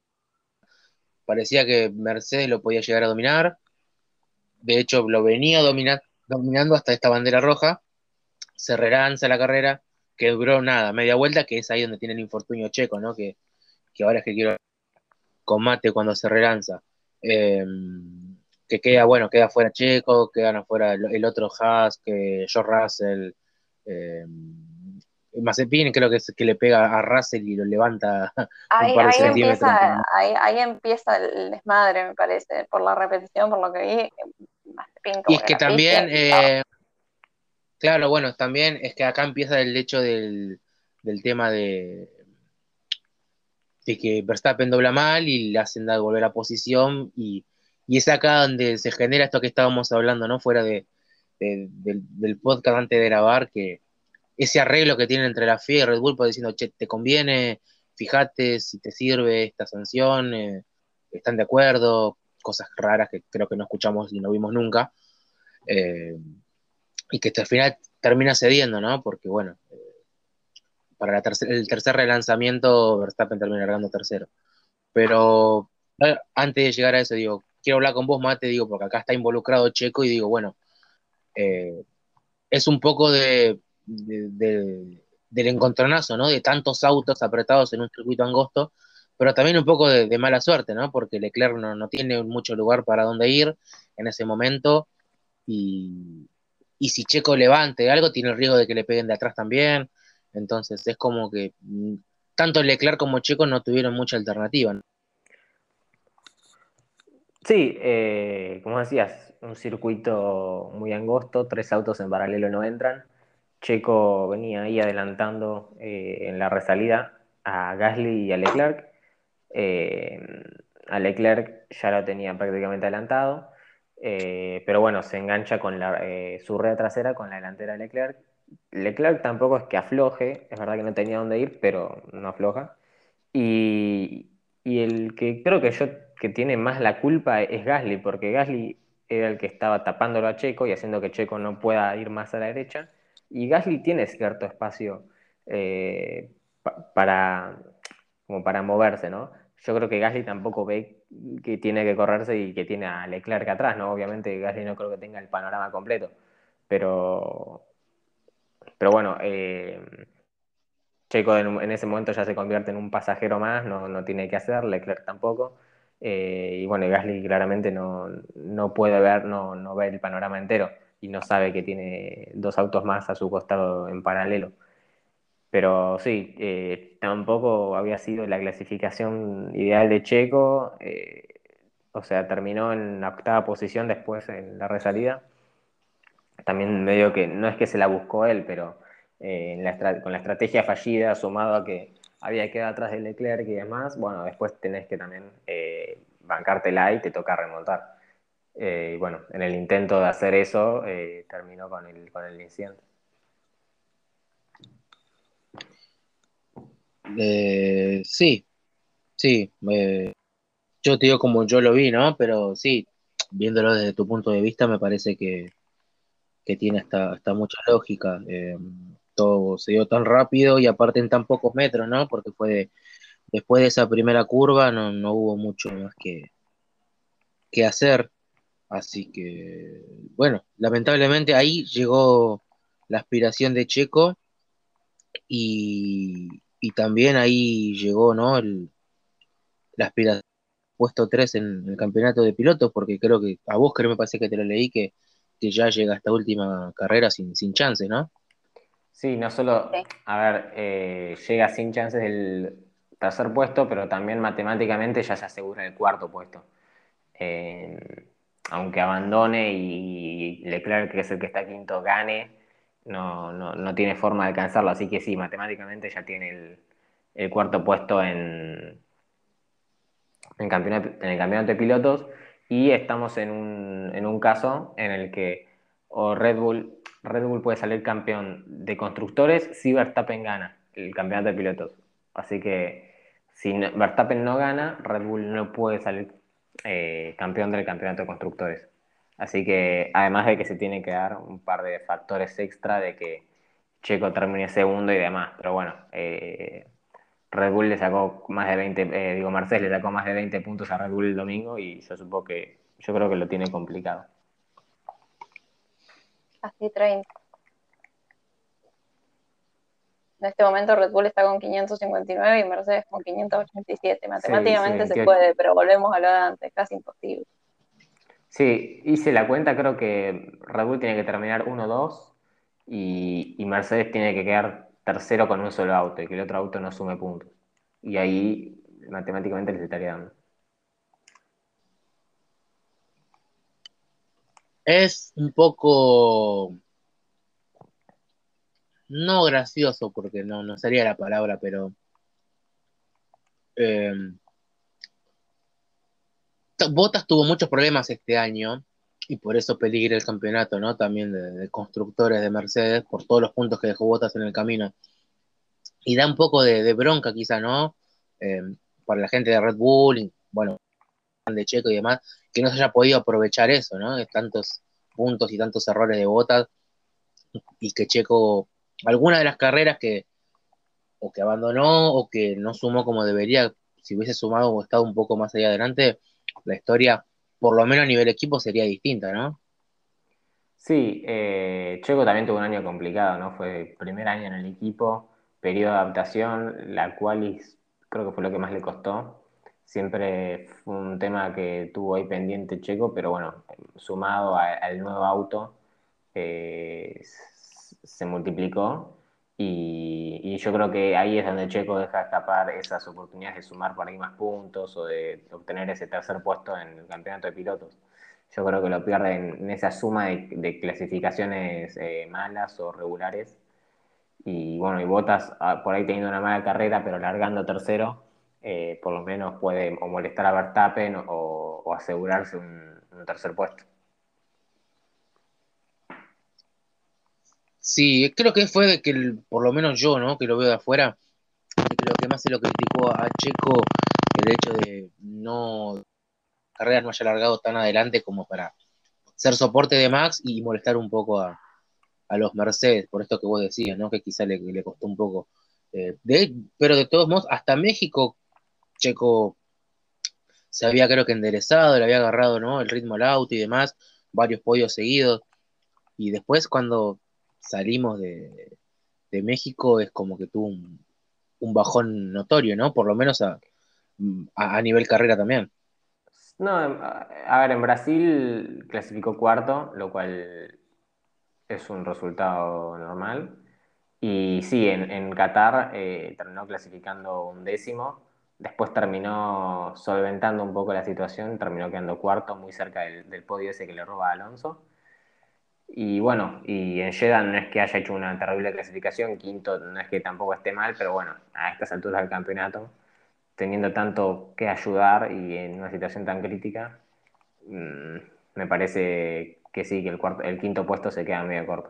parecía que Mercedes lo podía llegar a dominar, de hecho lo venía domina- dominando hasta esta bandera roja, se relanza la carrera, que duró nada, media vuelta, que es ahí donde tiene el infortunio Checo, ¿no? Que, que ahora es que quiero combate cuando se relanza. Eh, que queda, bueno, queda fuera Checo, quedan afuera el, el otro Haas, que George Russell, eh, Mazepin creo que es que le pega a Russell y lo levanta un ahí, par de ahí sí. centímetros. empieza, ahí, ahí empieza el desmadre, me parece, por la repetición, por lo que vi, Mazepin Y como es que que la pifia también, y chao. eh, claro, bueno, también es que acá empieza el hecho del, del tema de, de que Verstappen dobla mal y le hacen dar volver a posición y, y es acá donde se genera esto que estábamos hablando, ¿no? Fuera de, de- del, del podcast antes de grabar, que ese arreglo que tienen entre la F I A y Red Bull, pues diciendo, che, te conviene, fíjate si te sirve esta sanción, eh, están de acuerdo, cosas raras que creo que no escuchamos y no vimos nunca, eh, y que al final termina cediendo, ¿no? Porque bueno, para la tercer- el tercer relanzamiento Verstappen termina largando tercero. Pero eh, antes de llegar a eso, digo, quiero hablar con vos, Mate, digo, porque acá está involucrado Checo y digo, bueno, eh, es un poco de, de- de- del encontronazo, ¿no? De tantos autos apretados en un circuito angosto, pero también un poco de, de mala suerte, ¿no? Porque Leclerc no, no tiene mucho lugar para dónde ir en ese momento y, y si Checo levante algo, tiene el riesgo de que le peguen de atrás también. Entonces es como que mm, tanto Leclerc como Checo no tuvieron mucha alternativa, ¿no? Sí, eh, como decías, un circuito muy angosto, tres autos en paralelo no entran. Checo venía ahí adelantando eh, en la resalida a Gasly y a Leclerc. Eh, a Leclerc ya lo tenía prácticamente adelantado, eh, pero bueno, se engancha con la, eh, su rueda trasera con la delantera de Leclerc. Leclerc tampoco es que afloje, es verdad que no tenía dónde ir, pero no afloja. Y, y el que creo que yo que tiene más la culpa es Gasly, porque Gasly era el que estaba tapándolo a Checo y haciendo que Checo no pueda ir más a la derecha. Y Gasly tiene cierto espacio eh, pa- para, como para moverse, ¿no? Yo creo que Gasly tampoco ve que tiene que correrse y que tiene a Leclerc atrás, ¿no? Obviamente Gasly no creo que tenga el panorama completo, pero, pero bueno, eh, Checo en, en ese momento ya se convierte en un pasajero más, no, no tiene que hacer, Leclerc tampoco. Eh, y bueno, Gasly claramente no, no puede ver, no, no ve el panorama entero y no sabe que tiene dos autos más a su costado en paralelo. Pero sí, eh, tampoco había sido la clasificación ideal de Checo. Eh, o sea, terminó en la octava posición después en la resalida. También medio que no es que se la buscó él, pero eh, en la con la estrategia fallida, sumado a que había quedado atrás de Leclerc y demás, bueno, después tenés que también eh, bancártela y te toca remontar. Eh, y bueno, en el intento de hacer eso, eh, terminó con el, con el incidente. Eh, sí, sí, eh, yo te digo como yo lo vi, ¿no? Pero sí, viéndolo desde tu punto de vista, me parece que, que tiene hasta, hasta mucha lógica. Eh, todo se dio tan rápido y aparte en tan pocos metros, ¿no? Porque fue de- después de esa primera curva no, no hubo mucho más que, que hacer. Así que, bueno, lamentablemente ahí llegó, la aspiración de Checo y, y también ahí llegó, ¿no? El, la aspiración puesto tres en el campeonato de pilotos, porque creo que a vos creo me parece que te lo leí que, que ya llega a esta última carrera sin, sin chance, ¿no? Sí, no solo, Sí. a ver, eh, llega sin chances el tercer puesto, pero también matemáticamente ya se asegura el cuarto puesto. Eh, Aunque abandone y Leclerc, que es el que está quinto, gane, no, no, no tiene forma de alcanzarlo. Así que sí, matemáticamente ya tiene el, el cuarto puesto en, en, campeonato, en el campeonato de pilotos. Y estamos en un, en un caso en el que o Red Bull, Red Bull puede salir campeón de constructores si Verstappen gana el campeonato de pilotos. Así que si Verstappen no gana, Red Bull no puede salir eh, campeón del campeonato de constructores. Así que además de que se tiene que dar un par de factores extra de que Checo termine segundo y demás. Pero bueno, eh, Red Bull le sacó más de veinte, eh, digo, Mercedes le sacó más de veinte puntos a Red Bull el domingo y yo supongo que, yo creo que lo tiene complicado. Casi treinta. En este momento Red Bull está con quinientos cincuenta y nueve y Mercedes con quinientos ochenta y siete. Sí, sí, Matemáticamente se veintiocho. puede, pero volvemos a lo de antes, casi imposible. Sí, hice la cuenta, creo que Red Bull tiene que terminar uno dos y, y Mercedes tiene que quedar tercero con un solo auto y que el otro auto no sume puntos. Y ahí matemáticamente les estaría dando. Es un poco, no gracioso, porque no, no sería la palabra, pero eh, Bottas tuvo muchos problemas este año y por eso peligra el campeonato, ¿no? También de, de constructores de Mercedes, por todos los puntos que dejó Bottas en el camino. Y da un poco de, de bronca quizá, ¿no? Eh, para la gente de Red Bull, y, bueno, de Checo y demás, que no se haya podido aprovechar eso, ¿no? De tantos puntos y tantos errores de Bottas y que Checo, alguna de las carreras que o que abandonó o que no sumó como debería, si hubiese sumado o estado un poco más allá adelante, la historia, por lo menos a nivel equipo, sería distinta, ¿no? Sí, eh, Checo también tuvo un año complicado, ¿no? Fue el primer año en el equipo, periodo de adaptación, la cual creo que fue lo que más le costó. Siempre fue un tema que tuvo ahí pendiente Checo, pero bueno, sumado a- al nuevo auto, eh, s- se multiplicó y, y yo creo que ahí es donde Checo deja escapar esas oportunidades de sumar por ahí más puntos o de obtener ese tercer puesto en el campeonato de pilotos. Yo creo que lo pierden en esa suma de, de clasificaciones eh, malas o regulares. Y bueno, y Bottas ah, por ahí teniendo una mala carrera, pero largando tercero, eh, por lo menos puede o molestar a Verstappen o, o asegurarse un, un tercer puesto. Sí, creo que fue de que, el- por lo menos yo, ¿no? Que lo veo de afuera, que lo que más se lo criticó a Checo, el hecho de no, carreras no haya largado tan adelante como para ser soporte de Max y molestar un poco a, a los Mercedes, por esto que vos decías, ¿no? Que quizá le, le costó un poco. Eh, de, pero de todos modos, hasta México, Checo se había creo que enderezado, le había agarrado, ¿no? El ritmo al auto y demás, varios podios seguidos. Y después cuando salimos de, de México es como que tuvo un, un bajón notorio, ¿no? Por lo menos a, a, a nivel carrera también. No, a ver, en Brasil clasificó cuarto, lo cual es un resultado normal. Y sí, en, en Qatar eh, terminó clasificando un décimo, después terminó solventando un poco la situación, terminó quedando cuarto, muy cerca del, del podio ese que le roba a Alonso. Y bueno, y en Jeddah no es que haya hecho una terrible clasificación, quinto no es que tampoco esté mal, pero bueno, a estas alturas del campeonato, teniendo tanto que ayudar y en una situación tan crítica, mmm, me parece que sí, que el, cuarto, el quinto puesto se queda medio corto.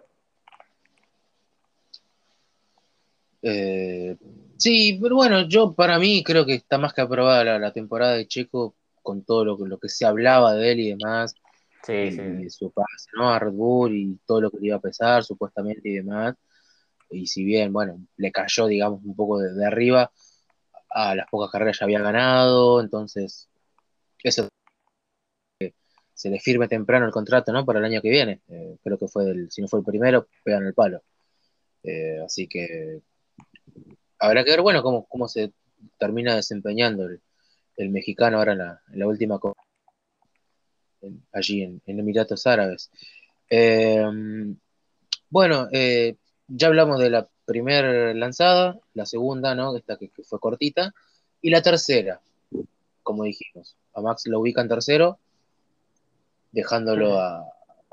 Eh, sí, pero bueno, yo para mí creo que está más que aprobada la, la temporada de Checo con todo lo, que- lo que se hablaba de él y demás, Sí, y, y sí. de su pase, ¿no? A Red Bull y todo lo que le iba a pesar supuestamente y demás. Y si bien, bueno, le cayó, digamos, un poco de, de arriba, a las pocas carreras ya había ganado, entonces eso se le firme temprano el contrato, ¿no? Para el año que viene. Eh, creo que fue el, si no fue el primero, pegan el palo. Eh, así que habrá que ver, bueno, cómo, cómo se termina desempeñando el, el mexicano ahora en la, en la última co- en- allí en, en Emiratos Árabes. Eh, bueno, eh, ya hablamos de la primera lanzada, la segunda, ¿no? Esta que, que fue cortita, y la tercera, como dijimos. A Max lo ubican tercero, dejándolo a,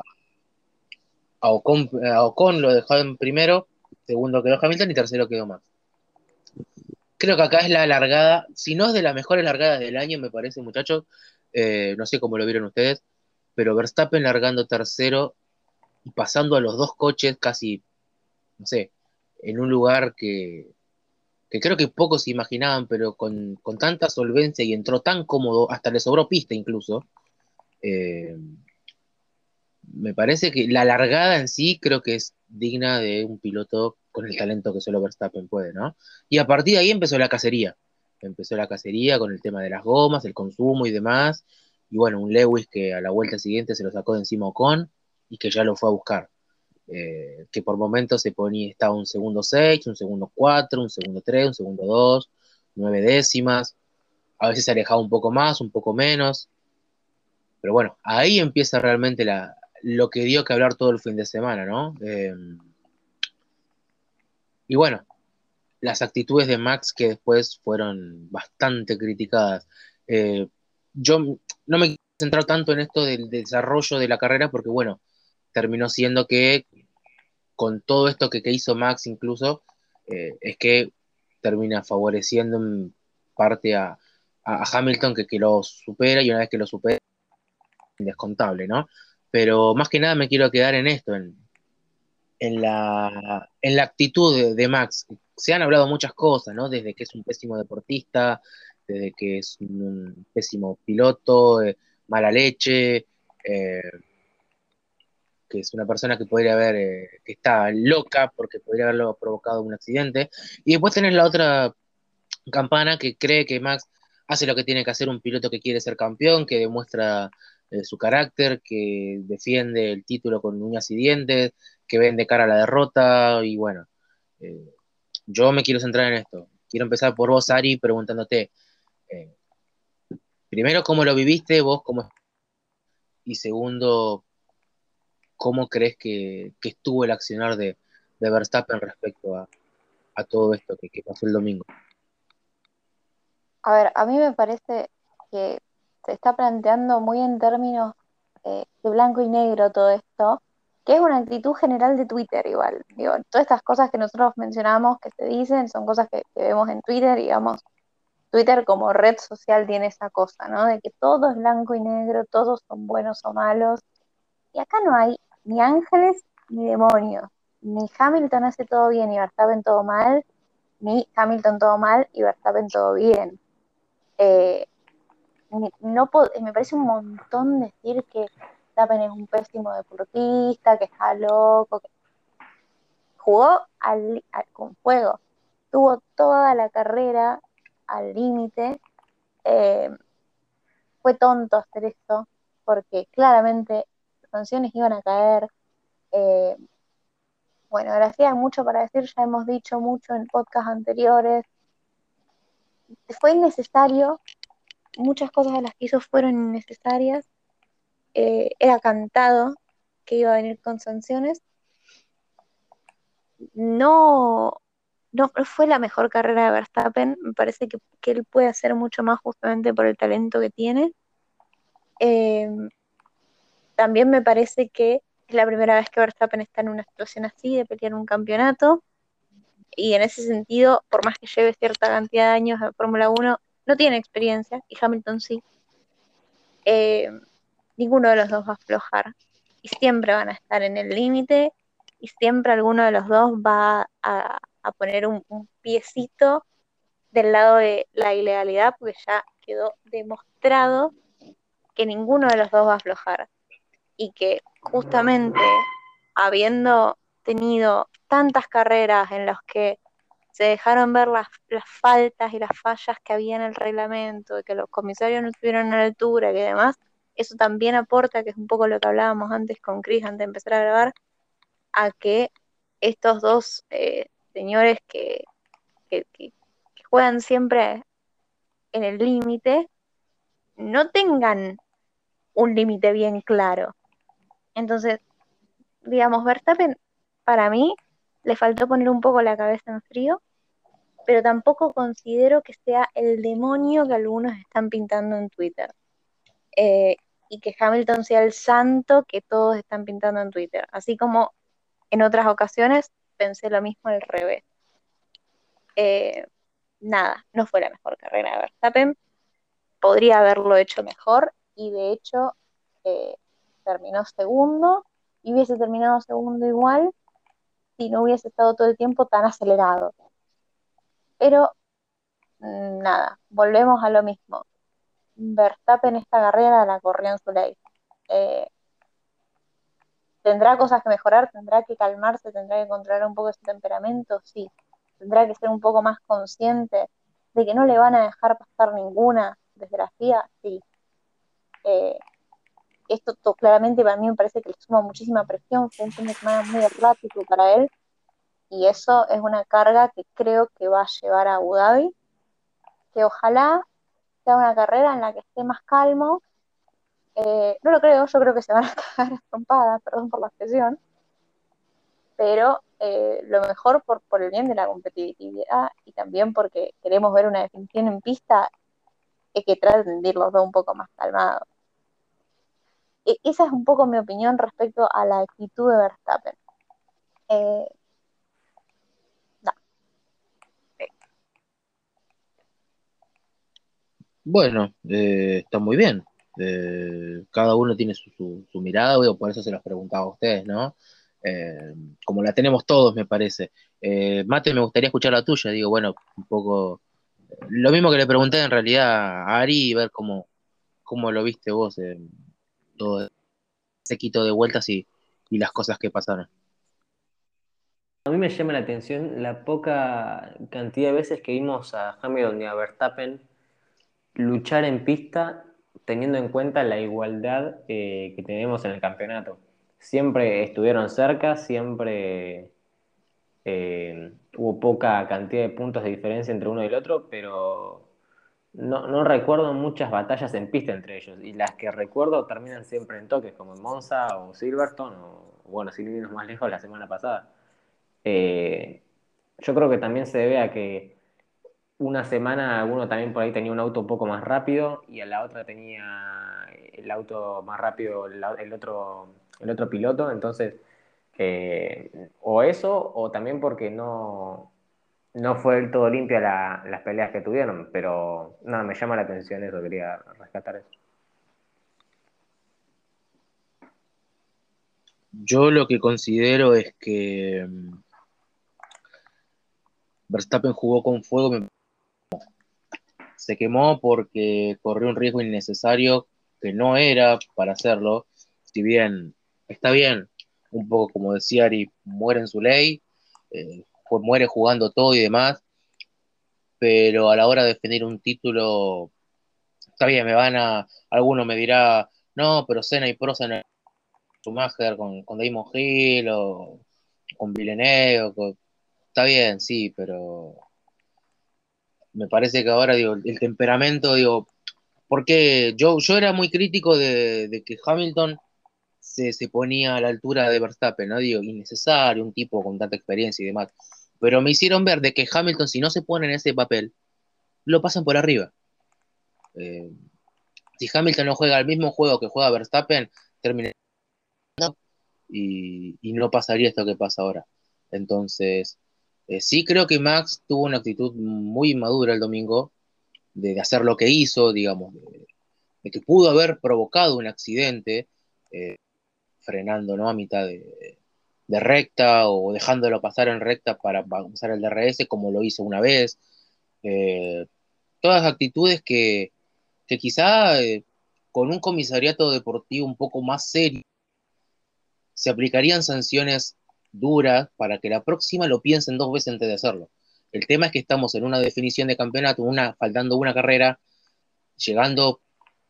a Ocon, a Ocon lo dejó en primero, segundo quedó Hamilton y tercero quedó Max. Creo que acá es la largada, si no es de las mejores largadas del año, me parece, muchachos, eh, no sé cómo lo vieron ustedes, pero Verstappen largando tercero y pasando a los dos coches casi, no sé, en un lugar que, que creo que pocos se imaginaban, pero con, con tanta solvencia y entró tan cómodo, hasta le sobró pista incluso. eh, Me parece que la largada en sí creo que es digna de un piloto con el talento que solo Verstappen puede, ¿no? Y a partir de ahí empezó la cacería. Empezó la cacería con el tema de las gomas, el consumo y demás. Y bueno, un Lewis que a la vuelta siguiente se lo sacó de encima Ocon y que ya lo fue a buscar. Eh, que por momentos se ponía, estaba un segundo seis, un segundo cuatro, un segundo tres, un segundo dos, nueve décimas. A veces se alejaba un poco más, un poco menos. Pero bueno, ahí empieza realmente la, lo que dio que hablar todo el fin de semana, ¿no? Eh, y bueno, las actitudes de Max que después fueron bastante criticadas. Eh, yo no me quiero centrar tanto en esto del desarrollo de la carrera porque, bueno, terminó siendo que con todo esto que, que hizo Max incluso, eh, es que termina favoreciendo en parte a, a, a Hamilton que, que lo supera y una vez que lo supera, indescontable, ¿no? Pero más que nada me quiero quedar en esto, en, en la, en la actitud de, de Max. Se han hablado muchas cosas, ¿no? Desde que es un pésimo deportista, desde que es un, un pésimo piloto, eh, mala leche, eh, que es una persona que podría haber, eh, que está loca porque podría haberlo provocado un accidente. Y después tenés la otra campana que cree que Max hace lo que tiene que hacer un piloto que quiere ser campeón, que demuestra eh, su carácter, que defiende el título con uñas y dientes, que vende cara a la derrota. Y bueno, eh, yo me quiero centrar en esto. Quiero empezar por vos, Ari, preguntándote, eh, primero, ¿cómo lo viviste vos? Cómo, y segundo, ¿cómo crees que, que estuvo el accionar de, de Verstappen respecto a, a todo esto que, que pasó el domingo? A ver, a mí me parece que se está planteando muy en términos eh, de blanco y negro todo esto, que es una actitud general de Twitter igual. Digo, todas estas cosas que nosotros mencionamos que se dicen son cosas que, que vemos en Twitter, digamos, Twitter como red social tiene esa cosa, ¿no? De que todo es blanco y negro, todos son buenos o malos. Y acá no hay ni ángeles ni demonios. Ni Hamilton hace todo bien y Verstappen todo mal, ni Hamilton todo mal y Verstappen todo bien. Eh, no Me parece un montón decir que Verstappen es un pésimo deportista, que está loco, que jugó al, al- con fuego, tuvo toda la carrera al límite. eh, Fue tonto hacer esto porque claramente las sanciones iban a caer. eh, bueno, Gracias, hay mucho para decir, ya hemos dicho mucho en podcasts anteriores. Fue innecesario, muchas cosas de las que hizo fueron innecesarias. Eh, era cantado que iba a venir con sanciones. No, no fue la mejor carrera de Verstappen. Me parece que, que él puede hacer mucho más justamente por el talento que tiene. Eh, También me parece que es la primera vez que Verstappen está en una situación así, de pelear un campeonato. Y en ese sentido, por más que lleve cierta cantidad de años en Fórmula Uno, no tiene experiencia, y Hamilton sí. Eh, Ninguno de los dos va a aflojar. Y siempre van a estar en el límite, y siempre alguno de los dos va a, a poner un, un piecito del lado de la ilegalidad, porque ya quedó demostrado que ninguno de los dos va a aflojar. Y que justamente habiendo tenido tantas carreras en las que se dejaron ver las, las faltas y las fallas que había en el reglamento, de que los comisarios no estuvieron a la altura y demás, eso también aporta, que es un poco lo que hablábamos antes con Chris, antes de empezar a grabar, a que estos dos eh, señores que, que, que- que juegan siempre en el límite, no tengan un límite bien claro. Entonces, digamos, Verstappen, para mí, le faltó poner un poco la cabeza en frío, pero tampoco considero que sea el demonio que algunos están pintando en Twitter. Eh, y que Hamilton sea el santo que todos están pintando en Twitter. Así como en otras ocasiones pensé lo mismo al revés. Eh, Nada, no fue la mejor carrera de Verstappen, podría haberlo hecho mejor y de hecho eh, terminó segundo y hubiese terminado segundo igual si no hubiese estado todo el tiempo tan acelerado. Pero mm, nada, volvemos a lo mismo. Verstappen esta carrera la corrió en su ley. Eh, ¿Tendrá cosas que mejorar? ¿Tendrá que calmarse? ¿Tendrá que controlar un poco ese temperamento? Sí. ¿Tendrá que ser un poco más consciente de que no le van a dejar pasar ninguna desde la F I A? Sí. Eh, Esto to- claramente para mí me parece que le suma muchísima presión. Fue un fin de semana muy errático para él y eso es una carga que creo que va a llevar a Abu Dhabi, que ojalá sea una carrera en la que esté más calmo. Eh, no lo creo, yo creo que se van a cagar a trompadas, perdón por la expresión, pero eh, lo mejor por, por el bien de la competitividad y también porque queremos ver una definición en pista es que traten de ir los dos un poco más calmados. E- esa es un poco mi opinión respecto a la actitud de Verstappen. Eh, no, eh, Bueno, eh, está muy bien. Eh, cada uno tiene su, su, su mirada, digo, por eso se los preguntaba a ustedes, ¿no? Eh, Como la tenemos todos, me parece. Eh, Mate, me gustaría escuchar la tuya, digo, bueno, un poco lo mismo que le pregunté en realidad a Ari y ver cómo, cómo lo viste vos, eh, todo ese quito de vueltas y, y las cosas que pasaron. A mí me llama la atención la poca cantidad de veces que vimos a Hamilton y a Verstappen luchar en pista teniendo en cuenta la igualdad eh, que tenemos en el campeonato. Siempre estuvieron cerca, siempre eh, hubo poca cantidad de puntos de diferencia entre uno y el otro, pero no, no recuerdo muchas batallas en pista entre ellos. Y las que recuerdo terminan siempre en toques, como en Monza o Silverstone, o bueno, sin irnos más lejos la semana pasada. Eh, yo creo que también se debe a que una semana uno también por ahí tenía un auto un poco más rápido y a la otra tenía el auto más rápido el, el otro, el otro piloto. Entonces, eh, o eso, o también porque no, no fue del todo limpia la- las peleas que tuvieron. Pero nada, me llama la atención eso, quería rescatar eso. Yo lo que considero es que mm, Verstappen jugó con fuego, me- se quemó porque corrió un riesgo innecesario que no era para hacerlo. Si bien está bien, un poco como decía Ari, muere en su ley, eh, pues muere jugando todo y demás, pero a la hora de definir un título, está bien, me van a, alguno me dirá, no, pero Senna y Prost en el Schumacher con, con Damon Hill o con Villeneuve, o con- está bien, sí, pero me parece que ahora, digo, el temperamento, digo, porque yo, yo era muy crítico de, de que Hamilton se, se ponía a la altura de Verstappen, ¿no? Digo, innecesario, un tipo con tanta experiencia y demás. Pero me hicieron ver de que Hamilton, si no se pone en ese papel, lo pasan por arriba. Eh, si Hamilton no juega el mismo juego que juega Verstappen, termina y, y no pasaría esto que pasa ahora. Entonces, eh, sí creo que Max tuvo una actitud muy inmadura el domingo de, de hacer lo que hizo, digamos, de, de que pudo haber provocado un accidente, eh, frenando, ¿no? A mitad de, de recta o dejándolo pasar en recta para usar el D R S como lo hizo una vez. Eh, Todas actitudes que, que quizá eh, con un comisariato deportivo un poco más serio se aplicarían sanciones duras para que la próxima lo piensen dos veces antes de hacerlo. El tema es que estamos en una definición de campeonato, una, faltando una carrera, llegando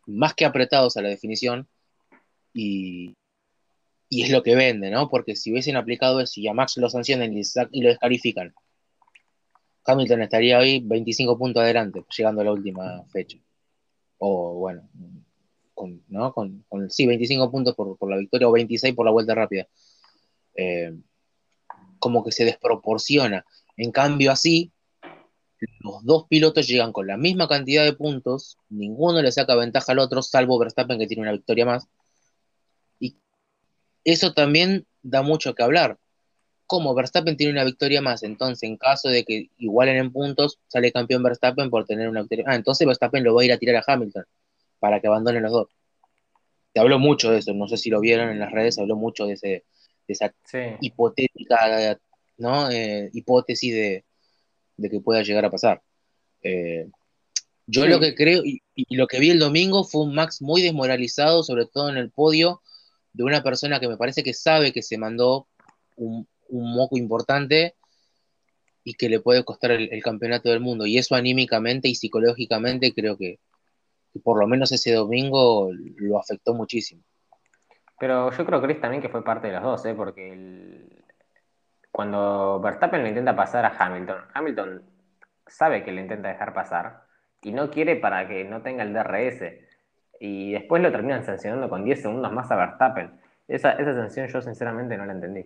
más que apretados a la definición y, y es lo que vende, ¿no? Porque si hubiesen aplicado eso y a Max lo sancionan y, y lo descalifican, Hamilton estaría hoy veinticinco puntos adelante, llegando a la última fecha. O bueno, con, ¿no? Con, con sí, veinticinco puntos por, por, la victoria o veintiséis por la vuelta rápida. Eh, como que se desproporciona. En cambio, así, los dos pilotos llegan con la misma cantidad de puntos, ninguno le saca ventaja al otro, salvo Verstappen que tiene una victoria más. Y eso también da mucho que hablar. Como Verstappen tiene una victoria más, entonces en caso de que igualen en puntos, sale campeón Verstappen por tener una victoria. Ah, entonces Verstappen lo va a ir a tirar a Hamilton para que abandonen los dos. Se habló mucho de eso, no sé si lo vieron en las redes, se habló mucho de, ese, de esa Sí. hipotética, ¿no? Eh, hipótesis de, de, que pueda llegar a pasar. Eh, yo sí. lo que creo, y, y, lo que vi el domingo fue un Max muy desmoralizado, sobre todo en el podio, de una persona que me parece que sabe que se mandó un, un moco importante y que le puede costar el, el, campeonato del mundo. Y eso anímicamente y psicológicamente creo que, que por lo menos ese domingo lo afectó muchísimo. Pero yo creo, Chris, también que fue parte de los dos, ¿eh? Porque el... cuando Verstappen le intenta pasar a Hamilton, Hamilton sabe que le intenta dejar pasar y no quiere para que no tenga el D R S. Y después lo terminan sancionando con diez segundos más a Verstappen. Esa, esa sanción yo sinceramente no la entendí.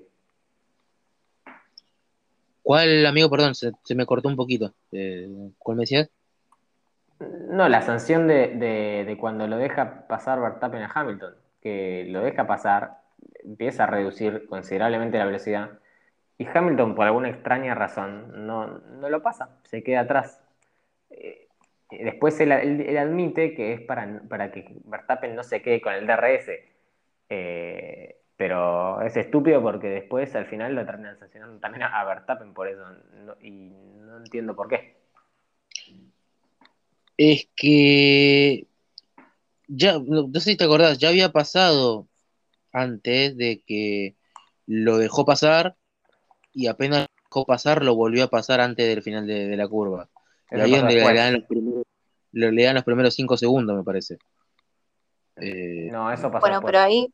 ¿Cuál, amigo? Perdón, se, se me cortó un poquito. Eh, ¿Cuál me decías? No, la sanción de, de, de cuando lo deja pasar Verstappen a Hamilton, que lo deja pasar, empieza a reducir considerablemente la velocidad, y Hamilton, por alguna extraña razón, no, no lo pasa, se queda atrás. Eh, después él, él, él admite que es para, para que Verstappen no se quede con el D R S, eh, pero es estúpido porque después al final lo terminan sancionando también a, a Verstappen por eso, no, y no entiendo por qué. Es que ya, no, no sé si te acordás, ya había pasado antes de que lo dejó pasar y apenas lo dejó pasar lo volvió a pasar antes del final de, de la curva. Y Eso ahí es pasó donde le dan después. los primeros, le dan los primeros cinco segundos, me parece. Eh, No, eso pasó Bueno, pero después. ahí,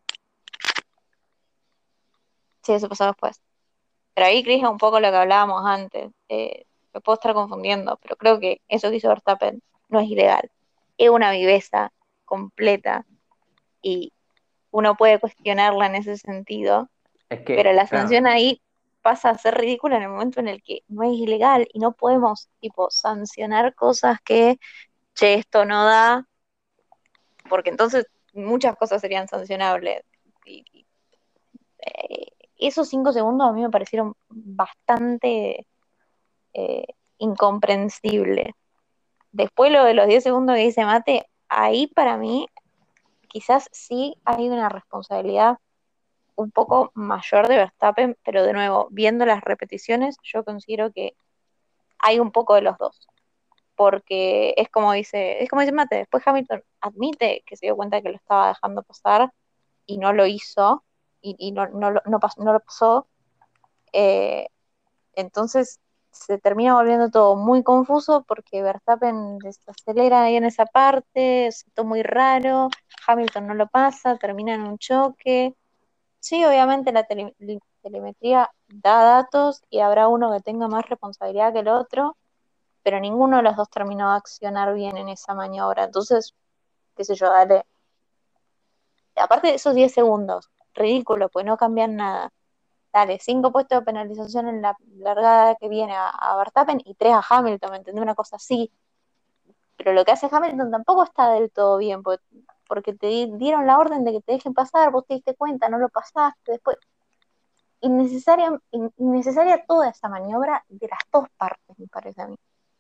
sí, eso pasó después. Pero ahí, Cris, es un poco lo que hablábamos antes. Eh, me puedo estar confundiendo, pero creo que eso que hizo Verstappen no es ilegal. Es una viveza completa y uno puede cuestionarla en ese sentido, Es pero que, la claro, sanción ahí pasa a ser ridícula en el momento en el que no es ilegal y no podemos, tipo, sancionar cosas que, che, esto no da, porque entonces muchas cosas serían sancionables. Y, y, eh, esos cinco segundos a mí me parecieron bastante eh, incomprensibles. Después lo de los diez segundos que dice Mate, ahí para mí quizás sí hay una responsabilidad un poco mayor de Verstappen, pero de nuevo, viendo las repeticiones, yo considero que hay un poco de los dos, porque es como dice, es como dice Mate, después Hamilton admite que se dio cuenta que lo estaba dejando pasar y no lo hizo, y, y no, no, lo- no, pas- no lo pasó, eh, entonces se termina volviendo todo muy confuso porque Verstappen desacelera ahí en esa parte, es todo muy raro, Hamilton no lo pasa, termina en un choque. Sí, obviamente la tele- telemetría da datos y habrá uno que tenga más responsabilidad que el otro, pero ninguno de los dos terminó de accionar bien en esa maniobra. Entonces, qué sé yo, dale. Aparte de esos diez segundos, ridículo, pues no cambian nada. Dale, cinco puestos de penalización en la largada que viene a, a Verstappen y tres a Hamilton, ¿me entendés? Una cosa así. Pero lo que hace Hamilton tampoco está del todo bien, porque, porque te di- dieron la orden de que te dejen pasar, vos te diste cuenta, no lo pasaste, después innecesaria, innecesaria toda esa maniobra de las dos partes, me parece a mí.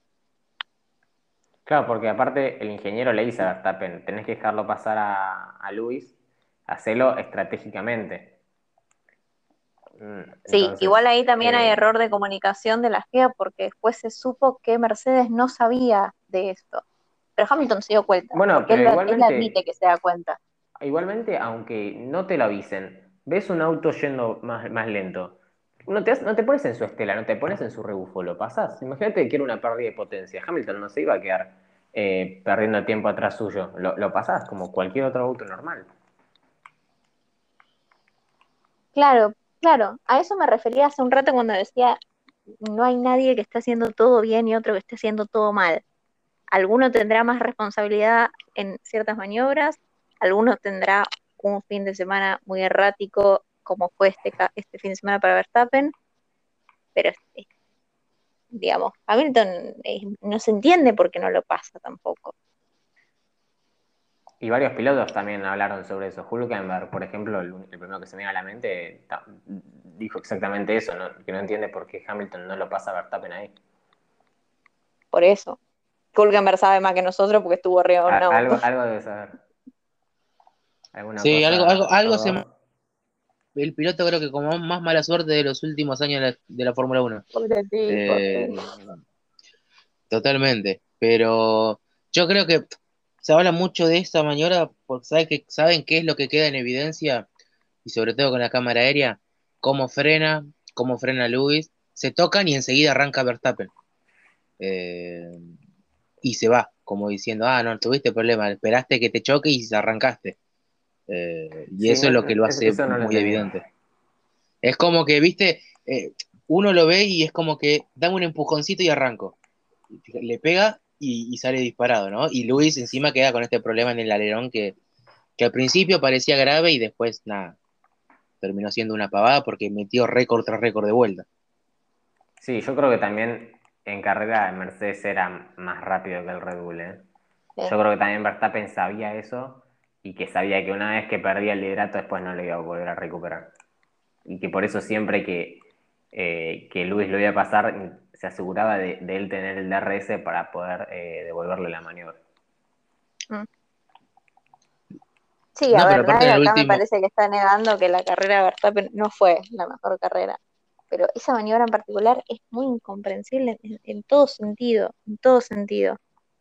claro, porque aparte el ingeniero le dice a Verstappen, tenés que dejarlo pasar a, a Luis, hacelo estratégicamente. Mm, Sí, igual Entonces, ahí también hay eh, error de comunicación de la F I A porque después se supo que Mercedes no sabía de esto. Pero Hamilton se dio cuenta, bueno, porque él, pero él admite igualmente, que se da cuenta. igualmente, aunque no te lo avisen, ves un auto yendo más, más lento, no te, has- no te pones en su estela, no te pones en su rebufo, lo pasás. Imagínate que era una pérdida de potencia, Hamilton no se iba a quedar eh, perdiendo tiempo atrás suyo. Lo, lo pasás como cualquier otro auto normal. Claro, claro, a eso me refería hace un rato cuando decía, no hay nadie que esté haciendo todo bien y otro que esté haciendo todo mal. Alguno tendrá más responsabilidad en ciertas maniobras, alguno tendrá un fin de semana muy errático, como fue este, ca- este fin de semana para Verstappen, pero eh, digamos, Hamilton eh, no se entiende por qué no lo pasa tampoco. Y varios pilotos también hablaron sobre eso. Hülkenberg, por ejemplo, el, el primero que se me viene a la mente, ta- dijo exactamente eso, ¿no? Que no entiende por qué Hamilton no lo pasa a Verstappen ahí. Por eso. Hülkenberg sabe más que nosotros porque estuvo arriba de A- un auto. algo, algo debe saber. Alguna Sí, algo, algo, cosa algo se... probó. El piloto creo que como más mala suerte de los últimos años de la, de la Fórmula Uno. Pobre tipo, Eh, sí. Totalmente. Pero yo creo que se habla mucho de esta maniobra porque sabe que, saben qué es lo que queda en evidencia, y sobre todo con la cámara aérea, cómo frena, cómo frena Lewis, se tocan y enseguida arranca Verstappen. Eh, y se va, como diciendo, ah, no, tuviste problema, esperaste que te choque y arrancaste. Eh, y Sí, eso no, es lo que lo es- hace eso no lo muy entendí. evidente. Es como que, viste, eh, uno lo ve y es como que dame un empujoncito y arranco. Le pega y, y sale disparado, ¿no? Y Luis encima queda con este problema en el alerón que, que al principio parecía grave y después, nada, terminó siendo una pavada porque metió récord tras récord de vuelta. Sí, yo creo que también en carrera el Mercedes era más rápido que el Red Bull, ¿eh? Sí. Yo creo que también Verstappen sabía eso y que sabía que una vez que perdía el liderato después no lo iba a volver a recuperar. Y que por eso siempre que, eh, que Luis lo iba a pasar, se aseguraba de, de él tener el D R S para poder eh, devolverle la maniobra. Mm. Sí, a No, pero ver, aparte nadie en el acá me último, parece que está negando que la carrera de Verstappen no fue la mejor carrera. Pero esa maniobra en particular es muy incomprensible en, en todo sentido, en todo sentido.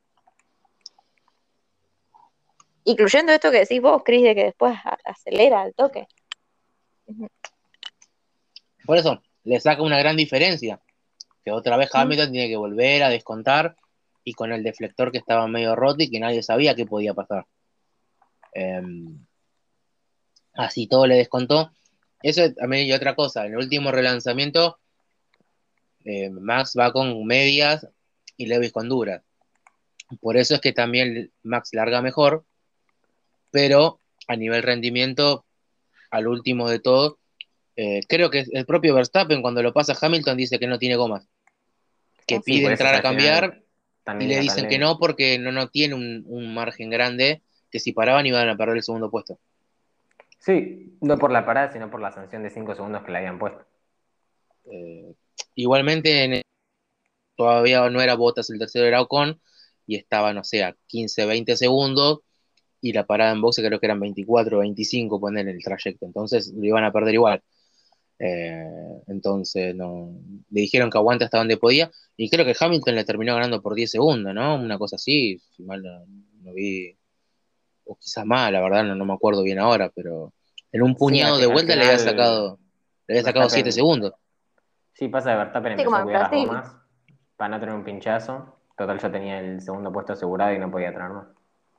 Incluyendo esto que decís vos, Cris, de que después a- acelera al toque. Ujú. por eso le saca una gran diferencia, que otra vez Mm. Hamilton tiene que volver a descontar y con el deflector que estaba medio roto y que nadie sabía qué podía pasar. Eh, Así todo le descontó. Eso también y otra cosa, en el último relanzamiento, eh, Max va con medias y Lewis con duras. Por eso es que también Max larga mejor, pero a nivel rendimiento, al último de todo, eh, creo que el propio Verstappen cuando lo pasa a Hamilton dice que no tiene gomas, que Sí, pide por eso entrar a al final cambiar y también le iba tan dicen que lento. no porque no, no tiene un, un margen grande, que si paraban iban a perder el segundo puesto. Sí, no por la parada, sino por la sanción de cinco segundos que le habían puesto. Eh, Igualmente en todavía no era Bottas el tercero, era Ocon, y estaba, no sé, a quince, veinte segundos, y la parada en boxe creo que eran veinticuatro o veinticinco, poner el trayecto, entonces lo iban a perder igual. Eh, entonces no, le dijeron que aguante hasta donde podía, y creo que Hamilton le terminó ganando por diez segundos, ¿no? Una cosa así, si mal no, no vi, o quizás más, la verdad no, no me acuerdo bien ahora, pero en un Sí, al, puñado fi- de al vuelta le había final sacado, le había sacado siete Verstappen, segundos. sí pasa de Verstappen, Sí, empezó como a en cuidar las Brasil. gomas para no tener un pinchazo. Total, yo tenía el segundo puesto asegurado y no podía tener más.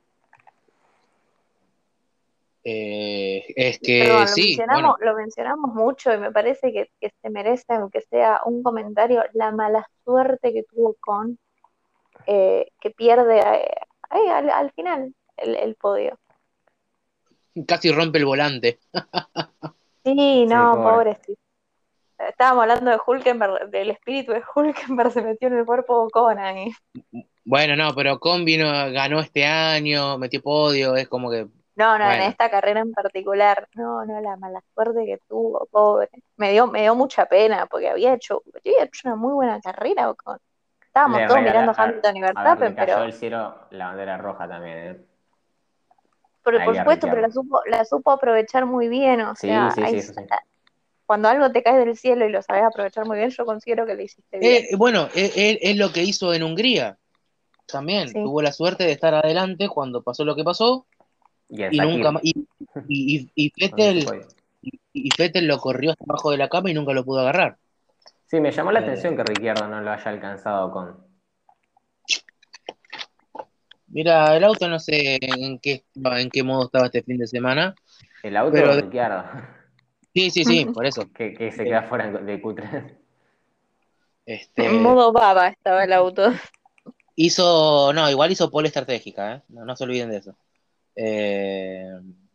Eh, es que Perdón, lo sí, mencionamos, bueno. lo mencionamos mucho y me parece que, que se merece, aunque sea un comentario, la mala suerte que tuvo con eh, que pierde eh, ahí al, al final el, el podio. Casi rompe el volante. Sí, Sí, no, pobre. pobre. Sí. Estábamos hablando de Hulkenberg, del espíritu de Hulkenberg se metió en el cuerpo de Ocon ahí. Bueno, no, pero Con vino, ganó este año, metió podio, es como que, No, no, en bueno, esta carrera en particular, no, no, la mala suerte que tuvo, pobre. Me dio, me dio mucha pena porque había hecho, había hecho una muy buena carrera Ocon. Estábamos Le todos regala, mirando a a, Hamilton y a ver, le Verstappen, cayó pero el cielo la bandera roja también, ¿eh? por, por Ahí a supuesto, pero la Ricciardo. supo, la supo aprovechar muy bien, o Sí, sea, sí, sí, hay, eso sí. cuando algo te cae del cielo y lo sabes aprovechar muy bien, yo considero que lo hiciste bien. eh, bueno, es, es- es lo que hizo en Hungría también. Sí, Tuvo la suerte de estar adelante cuando pasó lo que pasó Y en y nunca Sakir, más. Y, y, y, y donde se Vettel, puede. y Vettel lo corrió hasta abajo de la cama y nunca lo pudo agarrar. Sí, me llamó la Eh, atención que Ricciardo no lo haya alcanzado con. Mira, el auto no sé en qué, en qué modo estaba este fin de semana, El auto, pero de- Ricciardo, sí, sí, sí, por eso. que, que se Eh, queda fuera de Q tres. En Este, modo baba estaba el auto. hizo, no, igual hizo pole estratégica, ¿eh? No, no se olviden de eso. Eh,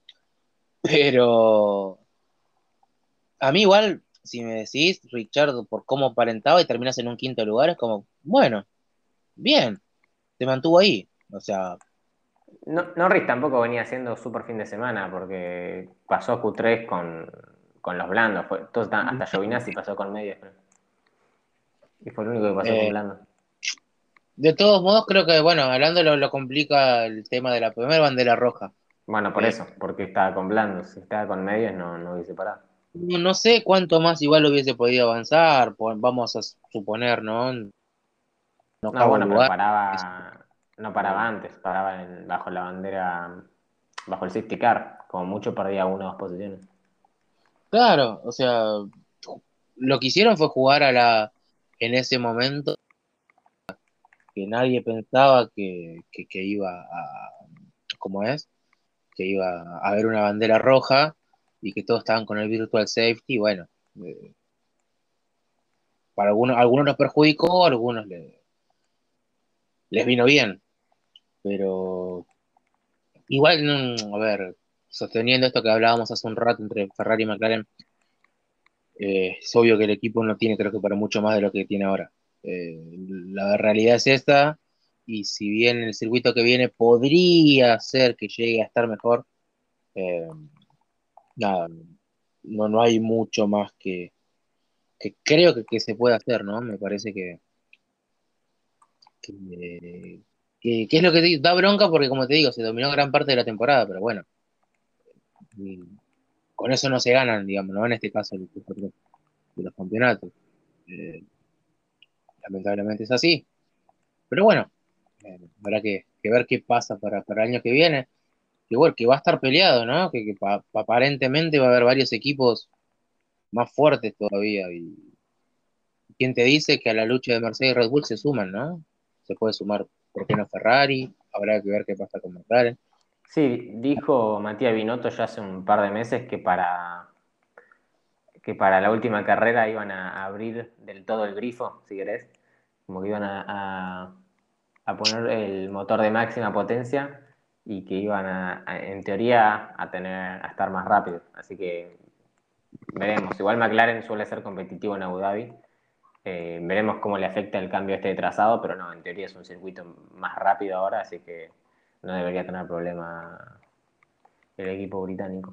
pero a mí igual, si me decís, Richard, por cómo aparentaba y terminas en un quinto lugar, es como, bueno, bien, se mantuvo ahí. O sea, No, Norris tampoco venía haciendo super fin de semana porque pasó Q tres con, con los blandos. Fue, todo, hasta Giovinazzi pasó con medios, creo. Y fue el único que pasó con eh, blandos. de todos modos, creo que, bueno, hablando lo, lo complica el tema de la primera bandera roja. Bueno, por Eh, eso, porque estaba con blandos. Si estaba con medios, no, no hubiese parado. no, no sé cuánto más igual hubiese podido avanzar, por- vamos a suponer, ¿no? En No, octavo bueno, pero lugar. paraba, no paraba Eh, antes, paraba en- bajo la bandera, bajo el safety car. Como mucho perdía una o dos posiciones. claro, o sea, lo que hicieron fue jugar a la, en ese momento que nadie pensaba que, que, que iba a, ¿cómo es? Que iba a haber una bandera roja y que todos estaban con el virtual safety. Bueno, eh, para algunos, algunos nos perjudicó, a algunos le- les vino bien, pero igual, no, a ver, sosteniendo esto que hablábamos hace un rato entre Ferrari y McLaren, eh, es obvio que el equipo no tiene, creo que para mucho más de lo que tiene ahora. Eh, la realidad es esta, y si bien el circuito que viene podría ser que llegue a estar mejor, eh, nada, no, no hay mucho más que, que creo que, que se puede hacer, ¿no? Me parece que, que, que- que es lo que te- da bronca porque, como te digo, se dominó gran parte de la temporada, pero bueno, y con eso no se ganan, digamos, ¿no? En este caso, los, de los campeonatos. Eh, lamentablemente es así. Pero bueno, eh, habrá que, que ver qué pasa para, para el año que viene. Que bueno, que va a estar peleado, ¿no? Que, que pa- pa- aparentemente va a haber varios equipos más fuertes todavía. Y quién te dice que a la lucha de Mercedes y Red Bull se suman, ¿no? Se puede sumar, ¿por qué no Ferrari? Habrá que ver qué pasa con McLaren. Sí, dijo Matías Binotto ya hace un par de meses que para, que para la última carrera iban a abrir del todo el grifo, si querés. Como que iban a, a- a poner el motor de máxima potencia y que iban a, a- en teoría, a tener, a estar más rápido. Así que veremos. Igual McLaren suele ser competitivo en Abu Dhabi. Eh, veremos cómo le afecta el cambio este de trazado, pero no, en teoría es un circuito más rápido ahora, así que no debería tener problema el equipo británico.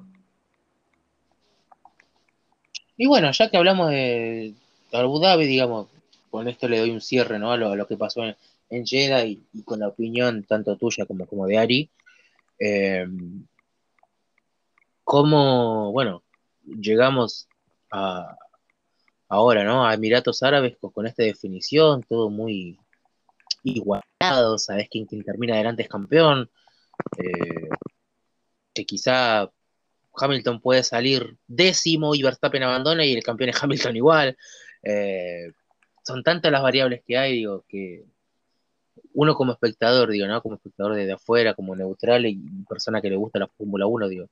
Y bueno, ya que hablamos de Abu Dhabi, digamos, con esto le doy un cierre, ¿no? A lo, a lo que pasó en, en Jeddah y, y con la opinión tanto tuya como, como de Ari. Eh, cómo, bueno, llegamos a, ahora, ¿no? A Emiratos Árabes con, con esta definición, todo muy igualado, sabes quién, quién termina adelante es campeón, eh, que quizá Hamilton puede salir décimo y Verstappen abandona y el campeón es Hamilton igual. Eh, son tantas las variables que hay, digo, que uno como espectador, digo, ¿no? Como espectador desde afuera, como neutral y persona que le gusta la Fórmula Uno digo,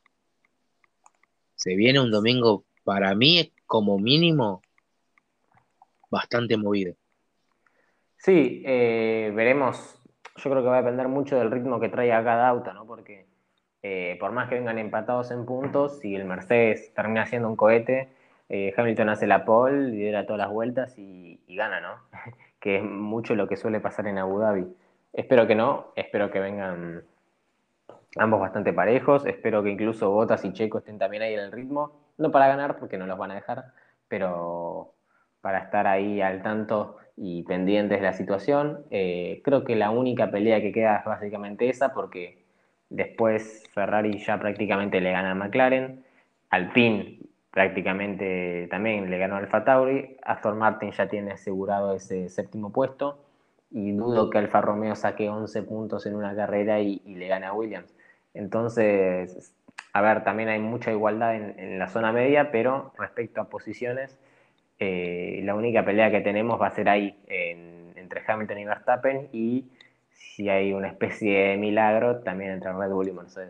se viene un domingo para mí como mínimo bastante movido. Sí, eh, veremos. Yo creo que va a depender mucho del ritmo que traiga cada auto, ¿no? Porque eh, por más que vengan empatados en puntos, si el Mercedes termina siendo un cohete, eh, Hamilton hace la pole, lidera todas las vueltas y, y gana, ¿no? Que es mucho lo que suele pasar en Abu Dhabi. Espero que no, espero que vengan ambos bastante parejos, espero que incluso Bottas y Checo estén también ahí en el ritmo, no para ganar porque no los van a dejar, pero para estar ahí al tanto y pendientes de la situación. Eh, creo que la única pelea que queda es básicamente esa porque después Ferrari ya prácticamente le gana a McLaren, Alpine prácticamente también le ganó a Alfa Tauri, Aston Martin ya tiene asegurado ese séptimo puesto y dudo que Alfa Romeo saque once puntos en una carrera y, y le gane a Williams. Entonces, a ver, también hay mucha igualdad en, en la zona media, pero respecto a posiciones, eh, la única pelea que tenemos va a ser ahí, en, entre Hamilton y Verstappen, y si hay una especie de milagro también entre Red Bull y Mercedes.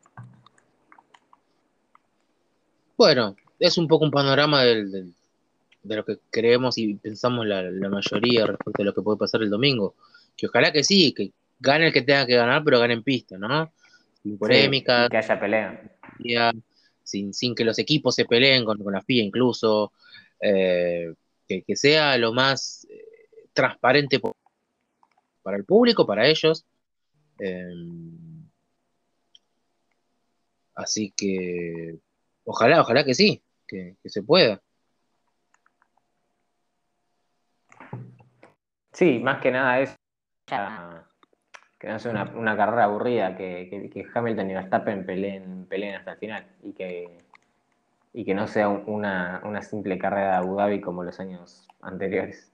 Bueno, es un poco un panorama del, del- de lo que creemos y pensamos la, la mayoría respecto a lo que puede pasar el domingo. Que ojalá que sí, que gane el que tenga que ganar, pero gane en pista, ¿no? Sin Sí, y polémica, que haya pelea. sin, sin que los equipos se peleen con, con la F I A incluso, eh, que, que sea lo más eh, transparente po- para el público, para ellos. eh, Así que ojalá, ojalá que sí, que, que se pueda. Sí, más que nada es que no sea una, una carrera aburrida, que, que, que Hamilton y Verstappen peleen, peleen hasta el final y que, y que no sea un- una, una simple carrera de Abu Dhabi como los años anteriores.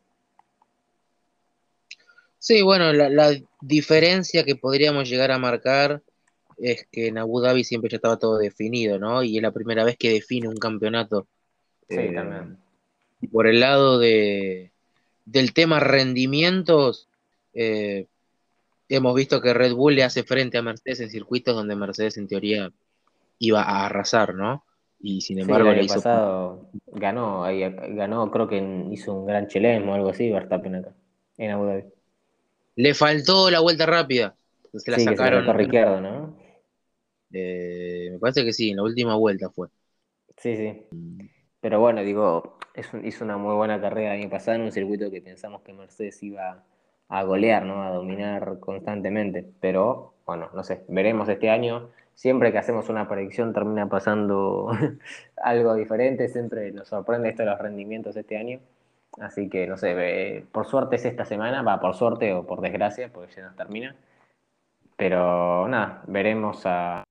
Sí, bueno, la, la diferencia que podríamos llegar a marcar es que en Abu Dhabi siempre ya estaba todo definido, ¿no? Y es la primera vez que define un campeonato. Sí, Eh, también. por el lado de, del tema rendimientos, eh, hemos visto que Red Bull le hace frente a Mercedes en circuitos donde Mercedes en teoría iba a arrasar, ¿no? Y sin Sí, el embargo le año hizo... pasado ganó, ahí, ganó, creo que en- hizo un gran chelem o algo así, Verstappen acá, en Abu Dhabi. Le faltó la vuelta rápida, se la Sí, que se la sacaron, sacó Ricciardo, ¿no? eh, me parece que sí, en la última vuelta fue. Sí, sí. Pero bueno, digo, es un- hizo una muy buena carrera el año pasado en un circuito que pensamos que Mercedes iba a golear, ¿no? A dominar constantemente. Pero bueno, no sé, veremos este año. Siempre que hacemos una predicción termina pasando algo diferente, siempre nos sorprende esto de los rendimientos este año. Así que no sé, ve- por suerte es esta semana, va por suerte o por desgracia, porque ya nos termina. Pero nada, veremos a,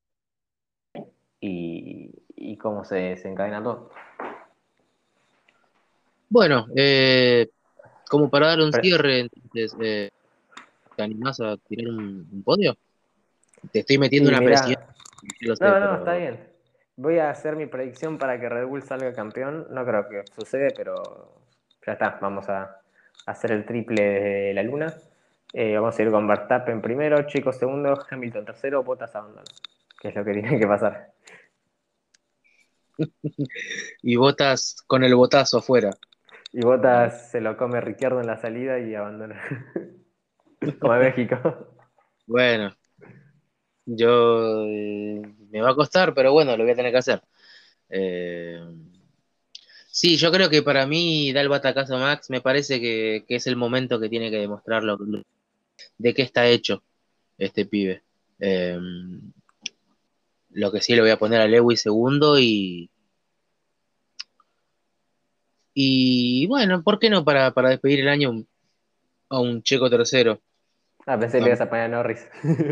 y, y cómo se desencadena todo. Bueno, eh, como para dar un Pero- cierre, entonces, eh, ¿te animás a tirar un, un podio? Te estoy metiendo y una presión, mira, yo lo sé, no, no, está pero bien. Voy a hacer mi predicción para que Red Bull salga campeón. No creo que sucede, pero ya está. Vamos a hacer el triple de la luna. Eh, vamos a ir con Verstappen primero, Checo segundo, Hamilton tercero, Bottas abandona. Que es lo que tiene que pasar. y botas con el botazo afuera. Y Eh, Bottas se lo come Ricciardo en la salida y abandona. Como en México. bueno, yo eh, me va a costar, pero bueno, lo voy a tener que hacer. Eh, sí, yo creo que para mí da el batacazo a Max, me parece que, que es el momento que tiene que demostrarlo de qué está hecho este pibe. Eh, lo que sí le voy a poner a Lewis segundo y, y bueno, ¿por qué no para, para despedir el año a un Checo tercero? Ah, pensé que le ibas a poner a Norris.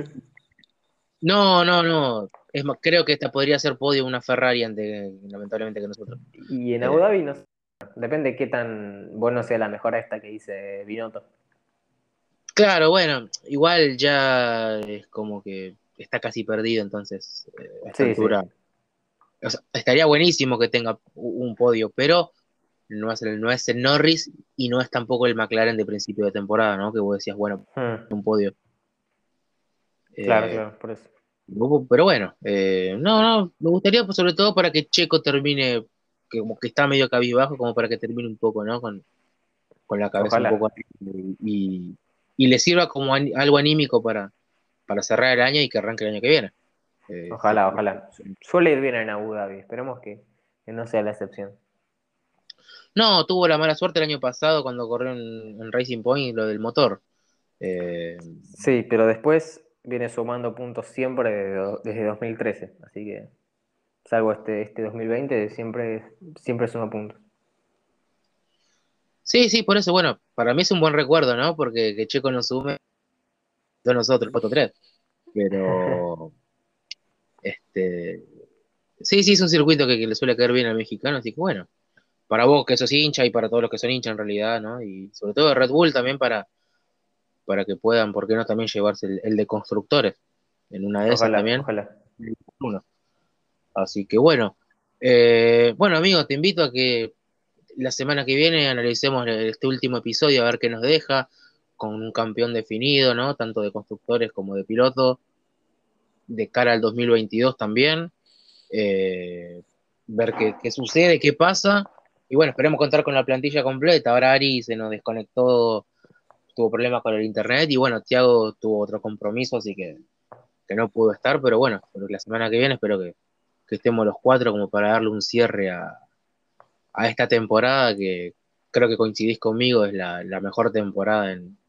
No, no, no. Es más, creo que esta podría ser podio una Ferrari ante, lamentablemente que nosotros. Y en Abu Eh, Dhabi no sé. Depende qué tan bueno sea la mejora esta que dice Binotto. claro, bueno, igual ya es como que está casi perdido, entonces eh, a esta Sí, sí. altura, o sea, estaría buenísimo que tenga u- un podio, pero no es el, no es el Norris y no es tampoco el McLaren de principio de temporada, ¿no? Que vos decías, bueno, Hmm. un podio. Claro, Eh, claro, por eso. pero bueno, eh, no, no, me gustaría pues, sobre todo para que Checo termine, que como que está medio cabizbajo, como para que termine un poco, ¿no? Con, con la cabeza un poco Ojalá, arriba y, y le sirva como an- algo anímico para, para cerrar el año y que arranque el año que viene. Eh, sí. ojalá, ojalá. Su- Suele ir bien en Abu Dhabi, esperemos que, que no sea la excepción. No, tuvo la mala suerte el año pasado cuando corrió en, en Racing Point lo del motor. Eh, Sí, pero después viene sumando puntos siempre desde, do- desde dos mil trece, así que salvo este, este dos mil veinte, siempre, siempre suma puntos. sí, sí, por eso, bueno, para mí es un buen recuerdo, ¿no? Porque que Checo nos sume, de nosotros, puesto tres. Pero, este, sí, sí, es un circuito que, que le suele caer bien al mexicano, así que bueno, para vos que sos hincha y para todos los que son hincha en realidad, ¿no? Y sobre todo de Red Bull también para, para que puedan, ¿por qué no también llevarse el, el de constructores? En una de esas Ojalá, también. ojalá. Uno. Así que bueno, eh, bueno, amigo, te invito a que la semana que viene analicemos este último episodio a ver qué nos deja, con un campeón definido, ¿no? Tanto de constructores como de pilotos, de cara al dos mil veintidós también, eh, ver qué, qué sucede, qué pasa, y bueno, esperemos contar con la plantilla completa. Ahora Ari se nos desconectó, tuvo problemas con el internet, y bueno, Thiago tuvo otro compromiso, así que, que no pudo estar, pero bueno, la semana que viene espero que, que estemos los cuatro como para darle un cierre a, a esta temporada que creo que coincidís conmigo, es la, la mejor temporada en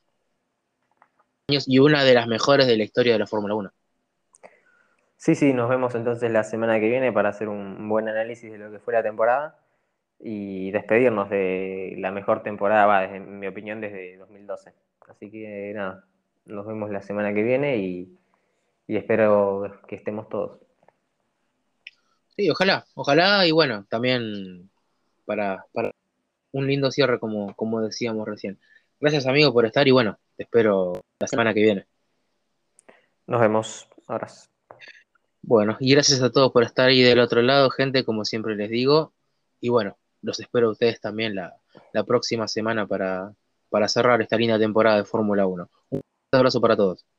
años y una de las mejores de la historia de la Fórmula uno. Sí, sí, nos vemos entonces la semana que viene para hacer un buen análisis de lo que fue la temporada y despedirnos de la mejor temporada, va, desde, en mi opinión, desde dos mil doce. Así que nada, nos vemos la semana que viene y, y espero que estemos todos. Sí, ojalá, ojalá, y bueno, también para, para un lindo cierre como, como decíamos recién. Gracias amigo por estar y bueno, te espero la semana que viene. Nos vemos. Abrazos. Bueno, y gracias a todos por estar ahí del otro lado, gente, como siempre les digo. Y bueno, los espero a ustedes también la, la próxima semana para, para cerrar esta linda temporada de Fórmula uno. Un abrazo para todos.